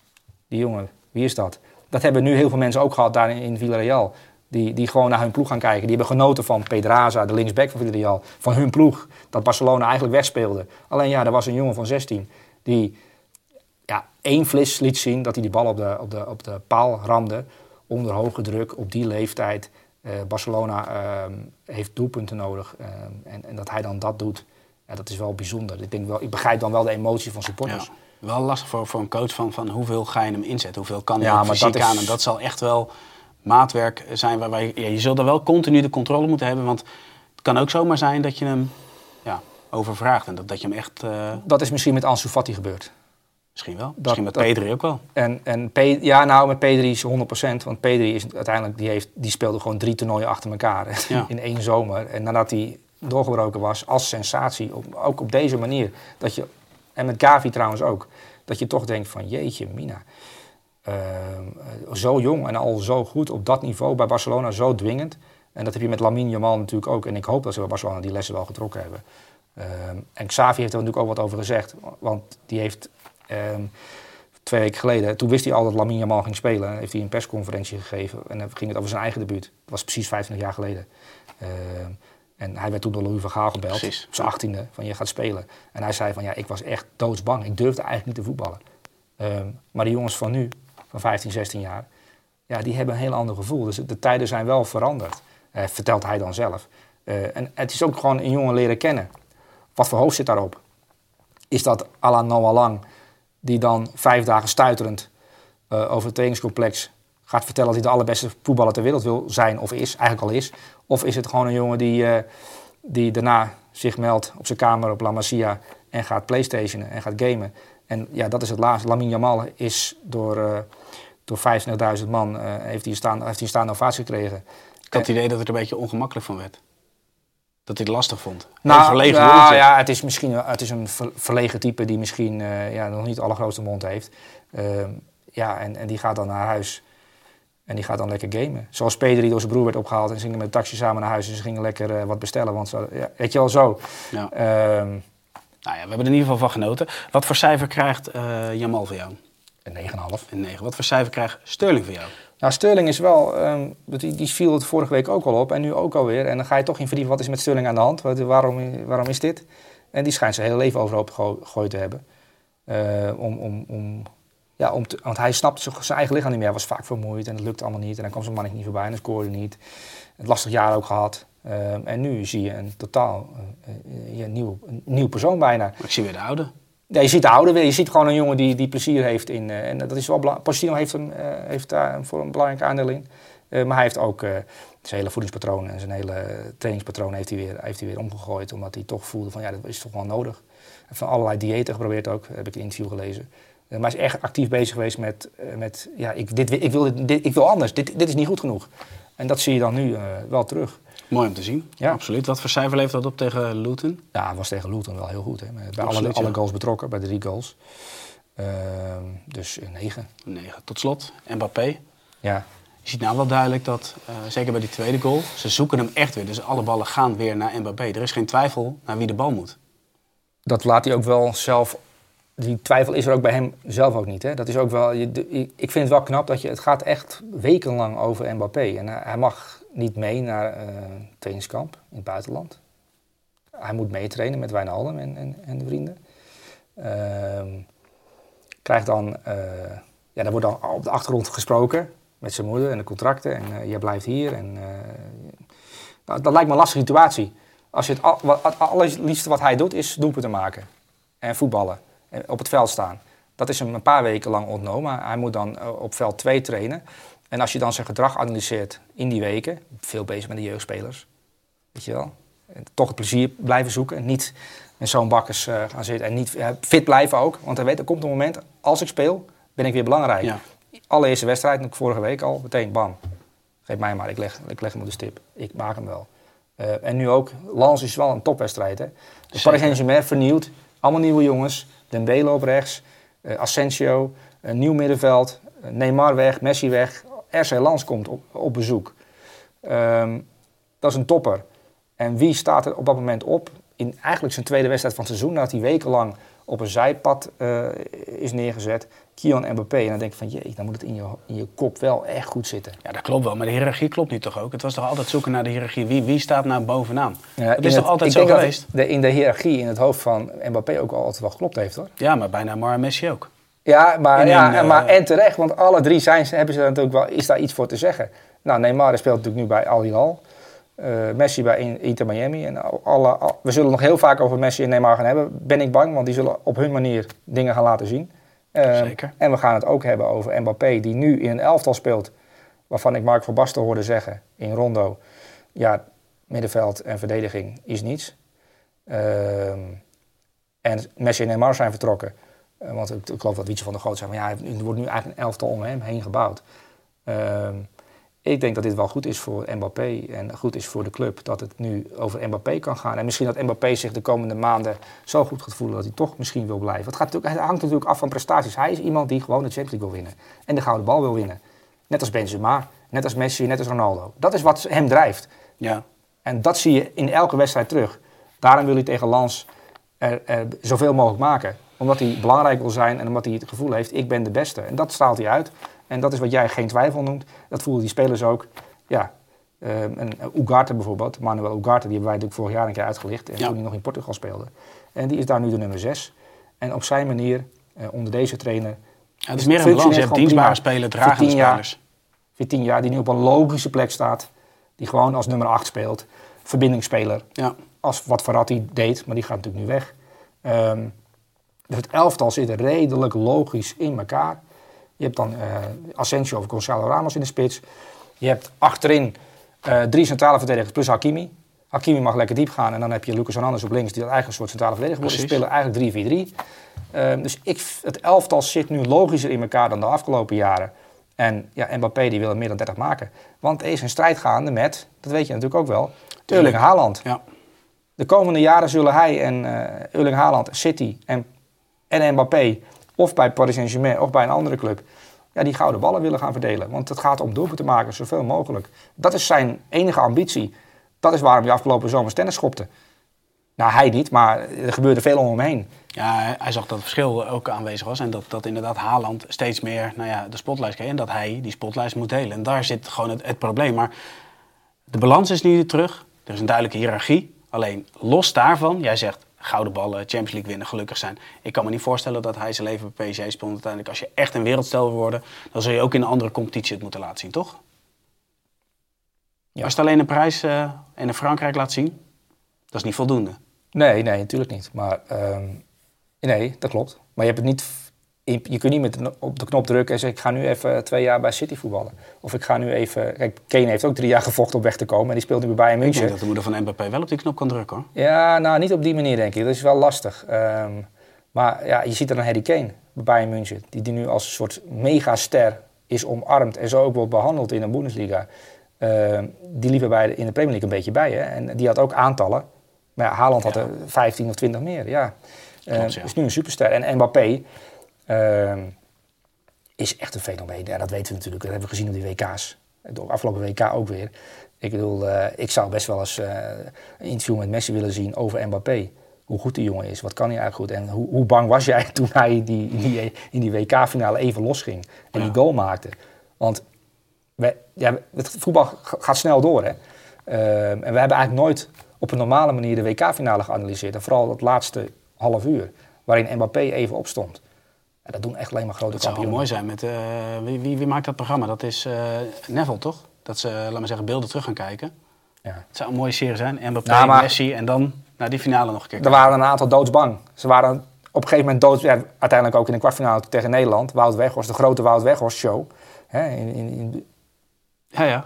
C: Die jongen, wie is dat? Dat hebben nu heel veel mensen ook gehad daar in, in Villarreal. Die, die gewoon naar hun ploeg gaan kijken. Die hebben genoten van Pedraza, de linksback van Villarreal. Van hun ploeg. Dat Barcelona eigenlijk wegspeelde. Alleen ja, er was een jongen van zestien die ja, één flis liet zien dat hij die bal op de, op de, op de paal ramde. Onder hoge druk, op die leeftijd. Uh, Barcelona uh, heeft doelpunten nodig. Uh, en, en dat hij dan dat doet, ja, dat is wel bijzonder. Ik, denk wel, ik begrijp dan wel de emotie van supporters.
B: Ja, wel lastig voor, voor een coach van, van hoeveel ga je hem inzetten? Hoeveel kan hij ja, fysiek is... aan? En dat zal echt wel maatwerk zijn. Waar wij, ja, je zult er wel continu de controle moeten hebben. Want het kan ook zomaar zijn dat je hem ja, overvraagt. En dat, dat je hem echt... Uh...
C: Dat is misschien met Ansu Fati gebeurd.
B: Misschien wel.
C: Dat,
B: Misschien met
C: dat,
B: Pedri ook wel.
C: En, en Pe- ja, nou, met Pedri is honderd procent. Want Pedri is uiteindelijk, die, heeft, die speelde gewoon drie toernooien achter elkaar. Ja. In één zomer. En nadat hij doorgebroken was, als sensatie, op, ook op deze manier. Dat je, en met Gavi trouwens ook. Dat je toch denkt van, jeetje, mina. Uh, zo jong en al zo goed op dat niveau bij Barcelona, zo dwingend. En dat heb je met Lamine Yamal natuurlijk ook. En ik hoop dat ze bij Barcelona die lessen wel getrokken hebben. Uh, en Xavi heeft er natuurlijk ook wat over gezegd. Want die heeft... Um, twee weken geleden, toen wist hij al dat Lamine Yamal ging spelen. Heeft hij een persconferentie gegeven en dan ging het over zijn eigen debuut. Dat was precies vijfentwintig jaar geleden. Uh, en hij werd toen door Louis van Gaal gebeld, precies. Op zijn achttiende, van je gaat spelen. En hij zei van ja, ik was echt doodsbang. Ik durfde eigenlijk niet te voetballen. Um, maar die jongens van nu, van vijftien, zestien jaar, ja, die hebben een heel ander gevoel. Dus de tijden zijn wel veranderd, uh, vertelt hij dan zelf. Uh, en het is ook gewoon een jongen leren kennen. Wat voor hoofd zit daarop? Is dat à la Noah Lang, die dan vijf dagen stuiterend uh, over het trainingscomplex gaat vertellen dat hij de allerbeste voetballer ter wereld wil zijn of is, eigenlijk al is. Of is het gewoon een jongen die, uh, die daarna zich meldt op zijn kamer op La Masia en gaat playstationen en gaat gamen. En ja, dat is het laatste. Lamine Yamal is door, uh, door vijfentwintigduizend man uh, heeft hij een staande, heeft hij een staande ovatie gekregen.
B: Ik had het idee dat het er een beetje ongemakkelijk van werd. Dat hij het lastig vond.
C: Nou, verlegen ja, ja, het is misschien het is een verlegen type die misschien uh, ja, nog niet de allergrootste mond heeft. Uh, ja, en, en die gaat dan naar huis. En die gaat dan lekker gamen. Zoals Pedri die door zijn broer werd opgehaald. En ze gingen met de taxi samen naar huis. En ze gingen lekker uh, wat bestellen. Want ze, ja, weet je wel zo. Ja. Um,
B: nou ja, we hebben er in ieder geval van genoten. Wat voor cijfer krijgt uh, Yamal voor jou?
C: Een negen komma vijf.
B: Een negen. Wat voor cijfer krijgt Sterling voor jou?
C: Nou, Sterling is wel, um, die, die viel het vorige week ook al op en nu ook alweer. En dan ga je toch in verdiepen, wat is met Sterling aan de hand? Wat, waarom, waarom is dit? En die schijnt zijn hele leven overhoop gegooid te hebben. Uh, om, om, om, ja, om te, want hij snapte zijn eigen lichaam niet meer. Hij was vaak vermoeid en het lukte allemaal niet. En dan kwam zijn man niet voorbij en dan scoorde niet. Een lastig jaar ook gehad. Uh, en nu zie je een totaal uh, uh, een, nieuw, een nieuw persoon bijna.
B: Maar ik zie weer de oude.
C: Ja, je ziet de oude weer. Je ziet gewoon een jongen die, die plezier heeft in. Uh, en dat is wel belangrijk. Pochettino heeft, hem, uh, heeft daar voor een belangrijk aandeel in. Uh, maar hij heeft ook uh, zijn hele voedingspatroon en zijn hele trainingspatroon heeft hij, weer, heeft hij weer omgegooid. Omdat hij toch voelde van ja, dat is toch wel nodig. Hij heeft van allerlei diëten geprobeerd ook. Heb ik in een interview gelezen. Uh, maar hij is echt actief bezig geweest met, uh, met ja, ik, dit, ik, wil dit, dit, ik wil anders. Dit, dit is niet goed genoeg. En dat zie je dan nu uh, wel terug.
B: Mooi om te zien,
C: Ja.
B: absoluut. Wat voor cijfer levert dat op tegen Luton?
C: Ja, het was tegen Luton wel heel goed. Hè? Bij
B: Absoluut,
C: alle, alle
B: ja.
C: goals betrokken, bij drie goals. Uh, dus een negen.
B: negen. Tot slot, Mbappé.
C: Ja.
B: Je ziet nou wel duidelijk dat, uh, zeker bij die tweede goal, ze zoeken hem echt weer. Dus alle ballen gaan weer naar Mbappé. Er is geen twijfel naar wie de bal moet.
C: Dat laat hij ook wel zelf... Die twijfel is er ook bij hem zelf ook niet. Hè? Dat is ook wel, je, de, ik vind het wel knap dat je... Het gaat echt wekenlang over Mbappé. En hij, hij mag niet mee naar uh, trainingskamp in het buitenland. Hij moet meetrainen met Wijnaldum en, en, en de vrienden. Uh, krijgt dan... Uh, ja, daar wordt dan op de achtergrond gesproken met zijn moeder en de contracten. En uh, jij blijft hier. En, uh, nou, dat lijkt me een lastige situatie. Als je het, al, wat, het allerliefste wat hij doet is doelpunten maken. En voetballen. En op het veld staan. Dat is hem een paar weken lang ontnomen. Hij moet dan uh, op veld twee trainen. En als je dan zijn gedrag analyseert in die weken... Veel bezig met de jeugdspelers. Weet je wel. En toch het plezier blijven zoeken. Niet met zo'n bakkers uh, gaan zitten. En niet uh, fit blijven ook. Want hij weet, er komt een moment, als ik speel, ben ik weer belangrijk. Ja. Allereerste wedstrijd, vorige week al, meteen bam. Geef mij maar, ik leg, ik leg hem op de stip. Ik maak hem wel. Uh, en nu ook, Lens is wel een topwedstrijd. Hè? De Paris Saint-Germain vernieuwd. Allemaal nieuwe jongens. Dembele op rechts. Uh, Asensio. Een nieuw middenveld. Uh, Neymar weg. Messi weg. R C Lens komt op, op bezoek. Um, dat is een topper. En wie staat er op dat moment op? In eigenlijk zijn tweede wedstrijd van het seizoen. Nadat hij wekenlang op een zijpad uh, is neergezet. Kylian Mbappé. En dan denk ik van, jee, dan moet het in je, in je kop wel echt goed zitten.
B: Ja, dat klopt wel. Maar de hiërarchie klopt niet toch ook? Het was toch altijd zoeken naar de hiërarchie. Wie, wie staat nou bovenaan? Ja, dat is toch
C: het,
B: altijd
C: ik
B: zo
C: denk
B: geweest?
C: Dat de, in de hiërarchie in het hoofd van Mbappé ook altijd wel geklopt heeft, hoor.
B: Ja, maar bij Neymar en Messi ook.
C: Ja, maar, ja,
B: een,
C: maar
B: uh,
C: en terecht. Want alle drie zijn, hebben ze natuurlijk wel, is daar iets voor te zeggen. Nou, Neymar speelt natuurlijk nu bij Al Hilal. Uh, Messi bij Inter Miami. En alle, alle, we zullen nog heel vaak over Messi en Neymar gaan hebben. Ben ik bang, want die zullen op hun manier dingen gaan laten zien. Uh,
B: Zeker.
C: En we gaan het ook hebben over Mbappé, die nu in een elftal speelt. Waarvan ik Mark van Basten hoorde zeggen in Rondo. Ja, middenveld en verdediging is niets. Uh, en Messi en Neymar zijn vertrokken. Uh, want ik, ik geloof dat Wietse van der Groot zei. Maar ja, er wordt nu eigenlijk een elftal om hem heen gebouwd. Uh, Ik denk dat dit wel goed is voor Mbappé en goed is voor de club dat het nu over Mbappé kan gaan. En misschien dat Mbappé zich de komende maanden zo goed gaat voelen dat hij toch misschien wil blijven. Het, gaat natuurlijk, het hangt natuurlijk af van prestaties. Hij is iemand die gewoon de Champions League wil winnen. En de gouden bal wil winnen. Net als Benzema, net als Messi, net als Ronaldo. Dat is wat hem drijft.
B: Ja.
C: En dat zie je in elke wedstrijd terug. Daarom wil hij tegen Lens er, er zoveel mogelijk maken. Omdat hij belangrijk wil zijn en omdat hij het gevoel heeft, ik ben de beste. En dat straalt hij uit. En dat is wat jij geen twijfel noemt. Dat voelen die spelers ook. Ja, uh, en Ugarte bijvoorbeeld, Manuel Ugarte, die hebben wij natuurlijk vorig jaar een keer uitgelicht. En ja. Toen hij nog in Portugal speelde. En die is daar nu de nummer zes. En op zijn manier, uh, onder deze trainer...
B: Ja, het is meer een balans. Je hebt dienstbare spelers, dragende spelers.
C: Vitinha, die nu op een logische plek staat. Die gewoon als nummer acht speelt. Verbindingsspeler. Ja. Als wat Verratti deed, maar die gaat natuurlijk nu weg. Um, dus het elftal zit redelijk logisch in elkaar. Je hebt dan uh, Asensio of Gonzalo Ramos in de spits. Je hebt achterin uh, drie centrale verdedigers plus Hakimi. Hakimi mag lekker diep gaan. En dan heb je Lucas Hernandez op links die dat eigenlijk een soort centrale verdediger wordt. Ze spelen eigenlijk drie vier drie. Uh, dus ik, het elftal zit nu logischer in elkaar dan de afgelopen jaren. En ja, Mbappé die wil er meer dan dertig maken. Want er is een strijd gaande met, dat weet je natuurlijk ook wel, Erling Haaland. Ja. De komende jaren zullen hij en uh, Erling Haaland, City en, en Mbappé... of bij Paris Saint-Germain of bij een andere club... Ja, die gouden ballen willen gaan verdelen. Want het gaat om doelpunten te maken, zoveel mogelijk. Dat is zijn enige ambitie. Dat is waarom hij afgelopen zomer tennis schopte. Nou, hij niet, maar er gebeurde veel om hem heen.
B: Ja, hij zag dat het verschil ook aanwezig was. En dat, dat inderdaad Haaland steeds meer nou ja, de spotlight kreeg. En dat hij die spotlight moet delen. En daar zit gewoon het, het probleem. Maar de balans is nu terug. Er is een duidelijke hiërarchie. Alleen los daarvan, jij zegt... gouden ballen, Champions League winnen, gelukkig zijn. Ik kan me niet voorstellen dat hij zijn leven bij P S G speelt. Uiteindelijk, als je echt een wereldster wil worden... dan zul je ook in een andere competitie het moeten laten zien, toch? Ja. Als het alleen een prijs uh, in Frankrijk laat zien... dat is niet voldoende.
C: Nee, nee, natuurlijk niet. Maar um, nee, dat klopt. Maar je hebt het niet... Je kunt niet met op de knop drukken en zeggen... ik ga nu even twee jaar bij City voetballen. Of ik ga nu even... Kijk, Kane heeft ook drie jaar gevochten om weg te komen... en die speelt nu bij Bayern München.
B: Ik denk dat de moeder van Mbappé wel op die knop kan drukken, hoor.
C: Ja, nou, niet op die manier, denk ik. Dat is wel lastig. Um, maar ja, je ziet er een Harry Kane bij Bayern München... die, die nu als een soort megaster is omarmd... en zo ook wordt behandeld in de Bundesliga. Uh, die liepen bij de, in de Premier League een beetje bij. Hè? En die had ook aantallen. Maar ja, Haaland had ja. er vijftien of twintig meer. Ja. Uh, Klopt, ja. Is nu een superster. En Mbappé uh, is echt een fenomeen. Ja, dat weten we natuurlijk. Dat hebben we gezien op die W K's. De afgelopen W K ook weer. Ik bedoel, uh, ik zou best wel eens uh, een interview met Messi willen zien over Mbappé. Hoe goed die jongen is, wat kan hij eigenlijk goed. En hoe, hoe bang was jij toen hij in die, in die, in die W K-finale even losging en ja. die goal maakte. Want we, ja, het voetbal gaat snel door. Hè? Uh, en we hebben eigenlijk nooit op een normale manier de W K-finale geanalyseerd. En vooral het laatste half uur, waarin Mbappé even opstond. En dat doen echt alleen maar grote kampioenen.
B: Dat zou mooi zijn. Met, uh, wie, wie, wie maakt dat programma? Dat is uh, Neville, toch? Dat ze, laat maar zeggen, beelden terug gaan kijken. Ja. Het zou een mooie serie zijn. Mbappé, nou, maar, Messi en dan naar die finale nog een keer.
C: Er waren een aantal doodsbang. Ze waren op een gegeven moment dood. Ja, uiteindelijk ook in de kwartfinale tegen Nederland. Wout Weghorst, de grote Wout Weghorst show. Hè, in, in, in...
B: Ja, ja.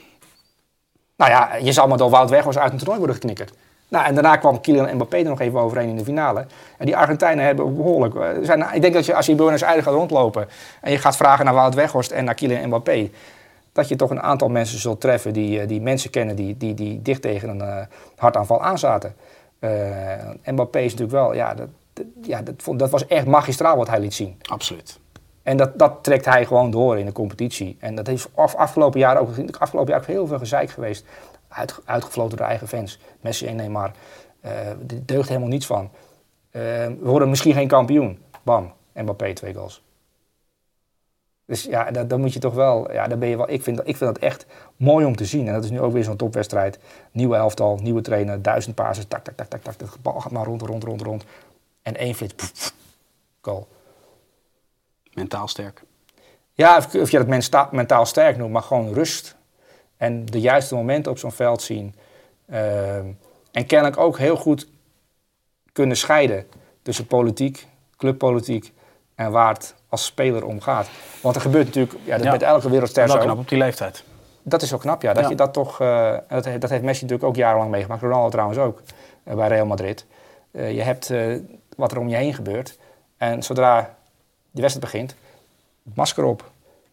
C: Nou ja, je zal maar door Wout Weghorst uit een toernooi worden geknikkerd. Nou, en daarna kwam Kylian Mbappé er nog even overheen in de finale. En die Argentijnen hebben behoorlijk... Zijn, ik denk dat je, als je in Buenos Aires gaat rondlopen en je gaat vragen naar Wout Weghorst en naar Kylian Mbappé, dat je toch een aantal mensen zult treffen die, die mensen kennen die, die, die dicht tegen een uh, hartaanval aanzaten. Uh, Mbappé is natuurlijk wel... Ja, dat, dat, ja dat, vond, dat was echt magistraal wat hij liet zien.
B: Absoluut.
C: En dat, dat trekt hij gewoon door in de competitie. En dat heeft af, afgelopen jaar ook, afgelopen jaar ook heel veel gezeik geweest. Uit, uitgefloten door eigen fans. Messi en Neymar. Uh, er deugt helemaal niets van. Uh, we worden misschien geen kampioen. Bam, Mbappé twee goals. Dus ja, dat, dan moet je toch wel... Ja, dan ben je wel ik, vind, ik vind dat echt mooi om te zien. En dat is nu ook weer zo'n topwedstrijd. Nieuwe elftal, nieuwe trainer, duizend passes. Tak, tak, tak, tak, tak. De bal gaat maar rond, rond, rond, rond. En één flits. Pff, pff, goal.
B: Mentaal sterk.
C: Ja, of, of je dat menta- mentaal sterk noemt, maar gewoon rust. En de juiste momenten op zo'n veld zien. Uh, en kennelijk ook heel goed kunnen scheiden tussen politiek, clubpolitiek en waar het als speler om gaat. Want er gebeurt natuurlijk, ja, dat ja. met elke wereldster zo.
B: Dat knap op die leeftijd.
C: Dat is zo knap, ja. Dat ja. je dat toch, uh, dat, dat heeft Messi natuurlijk ook jarenlang meegemaakt. Ronaldo trouwens ook, uh, bij Real Madrid. Uh, je hebt uh, wat er om je heen gebeurt. En zodra de wedstrijd begint, masker op.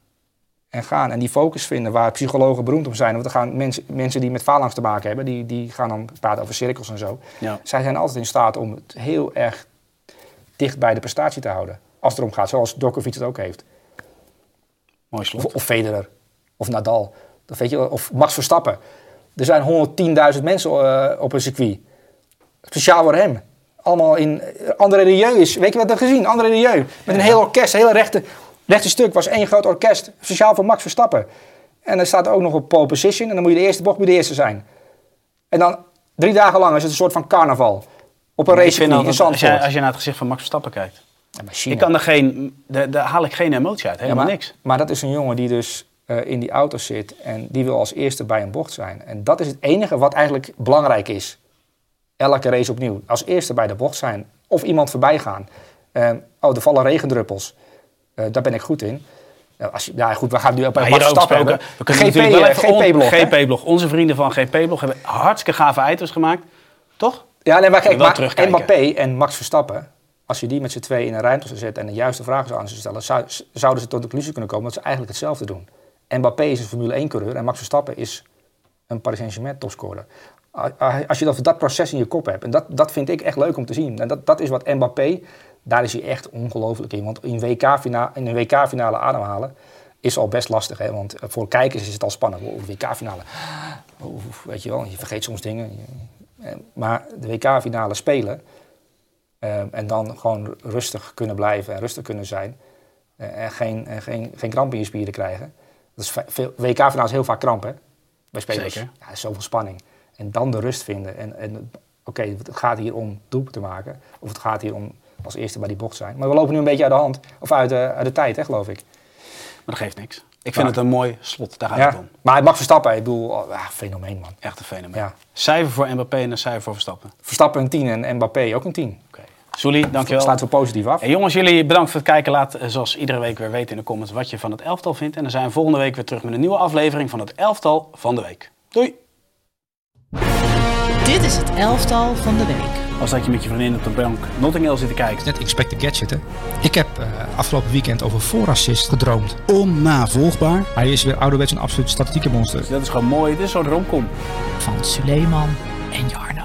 C: En gaan. En die focus vinden waar psychologen beroemd om zijn. Want er gaan mensen, mensen die met faalangst te maken hebben, die, die gaan dan praten over cirkels en zo. Ja. Zij zijn altijd in staat om het heel erg dicht bij de prestatie te houden. Als het erom gaat, zoals Djokovic het ook heeft.
B: Mooi slot.
C: Of, of Federer. Of Nadal. Dat weet je, of Max Verstappen. Er zijn honderdtienduizend mensen uh, op een circuit. Speciaal voor hem. Allemaal in... André Rieu is... Weet je wat we hebben gezien? André Rieu. Met ja. een heel orkest, een hele rechte... rechte stuk was één groot orkest, speciaal voor Max Verstappen. En dan staat er ook nog op pole position en dan moet je de eerste bocht moet je de eerste zijn. En dan drie dagen lang is het een soort van carnaval. Op een race in Zandvoort.
B: Als je, als je naar het gezicht van Max Verstappen kijkt. Ja, ik kan er geen, daar, daar haal ik geen emotie uit, helemaal ja,
C: maar,
B: niks.
C: Maar dat is een jongen die dus uh, in die auto zit en die wil als eerste bij een bocht zijn. En dat is het enige wat eigenlijk belangrijk is. Elke race opnieuw. Als eerste bij de bocht zijn of iemand voorbij gaan. Uh, oh, er vallen regendruppels. Uh, daar ben ik goed in. Uh, als je, ja, goed, we gaan nu op een Max Verstappen hebben.
B: We kunnen G P, wel even G P-blog. G P-blog. Onze vrienden van G P-blog hebben hartstikke gave items gemaakt. Toch?
C: Ja, nee, maar kijk, maar Mbappé en Max Verstappen, als je die met z'n twee in een ruimte zou zetten en de juiste vragen zou aan ze stellen, zou, zouden ze tot de conclusie kunnen komen dat ze eigenlijk hetzelfde doen. Mbappé is een Formule één-coureur en Max Verstappen is een Paris Saint-Germain topscorer. Als je dat, dat proces in je kop hebt, en dat, dat vind ik echt leuk om te zien. En dat, dat is wat Mbappé, daar is hij echt ongelooflijk in. Want in, W K-finale, in een W K-finale ademhalen is al best lastig. Hè? Want voor kijkers is het al spannend. Oh, W K-finale, oh, weet je wel, je vergeet soms dingen. Maar de W K-finale spelen uh, en dan gewoon rustig kunnen blijven en rustig kunnen zijn. Uh, en geen, uh, geen, geen kramp in je spieren krijgen. Dat is veel, W K-finale is heel vaak kramp, hè? Bij spelers.
B: Zeker.
C: Ja, zoveel spanning. En dan de rust vinden. En, en oké, okay, het gaat hier om doelpunt te maken. Of het gaat hier om als eerste bij die bocht zijn. Maar we lopen nu een beetje uit de hand. Of uit de, uit de tijd, hè, geloof ik.
B: Maar dat geeft niks. Ik vind ja. het een mooi slot. Daar gaat
C: ja.
B: het om.
C: Maar het mag Verstappen. Ik bedoel, oh, ja, fenomeen, man.
B: Echt een fenomeen.
C: Ja.
B: Cijfer voor Mbappé en een cijfer voor Verstappen.
C: Verstappen een tien en Mbappé ook een tien.
B: Oké. Okay. Soelie, dankjewel.
C: Staat we positief af.
B: Hey, jongens, jullie bedankt voor het kijken. Laat zoals iedere week weer weten in de comments wat je van het elftal vindt. En dan zijn we volgende week weer terug met een nieuwe aflevering van het elftal van de week. Doei!
A: Dit is het elftal van de week.
B: Als dat je met je vriendin op de bank Notting Hill zit te kijken.
D: Net Inspector Gadget, hè? Ik heb uh, afgelopen weekend over voorassist gedroomd.
E: Onnavolgbaar.
D: Hij is weer ouderwets een absoluut statistieke monster.
B: Dus dat is gewoon mooi. Het is zo'n romcom.
A: Van Suleiman en Jarno.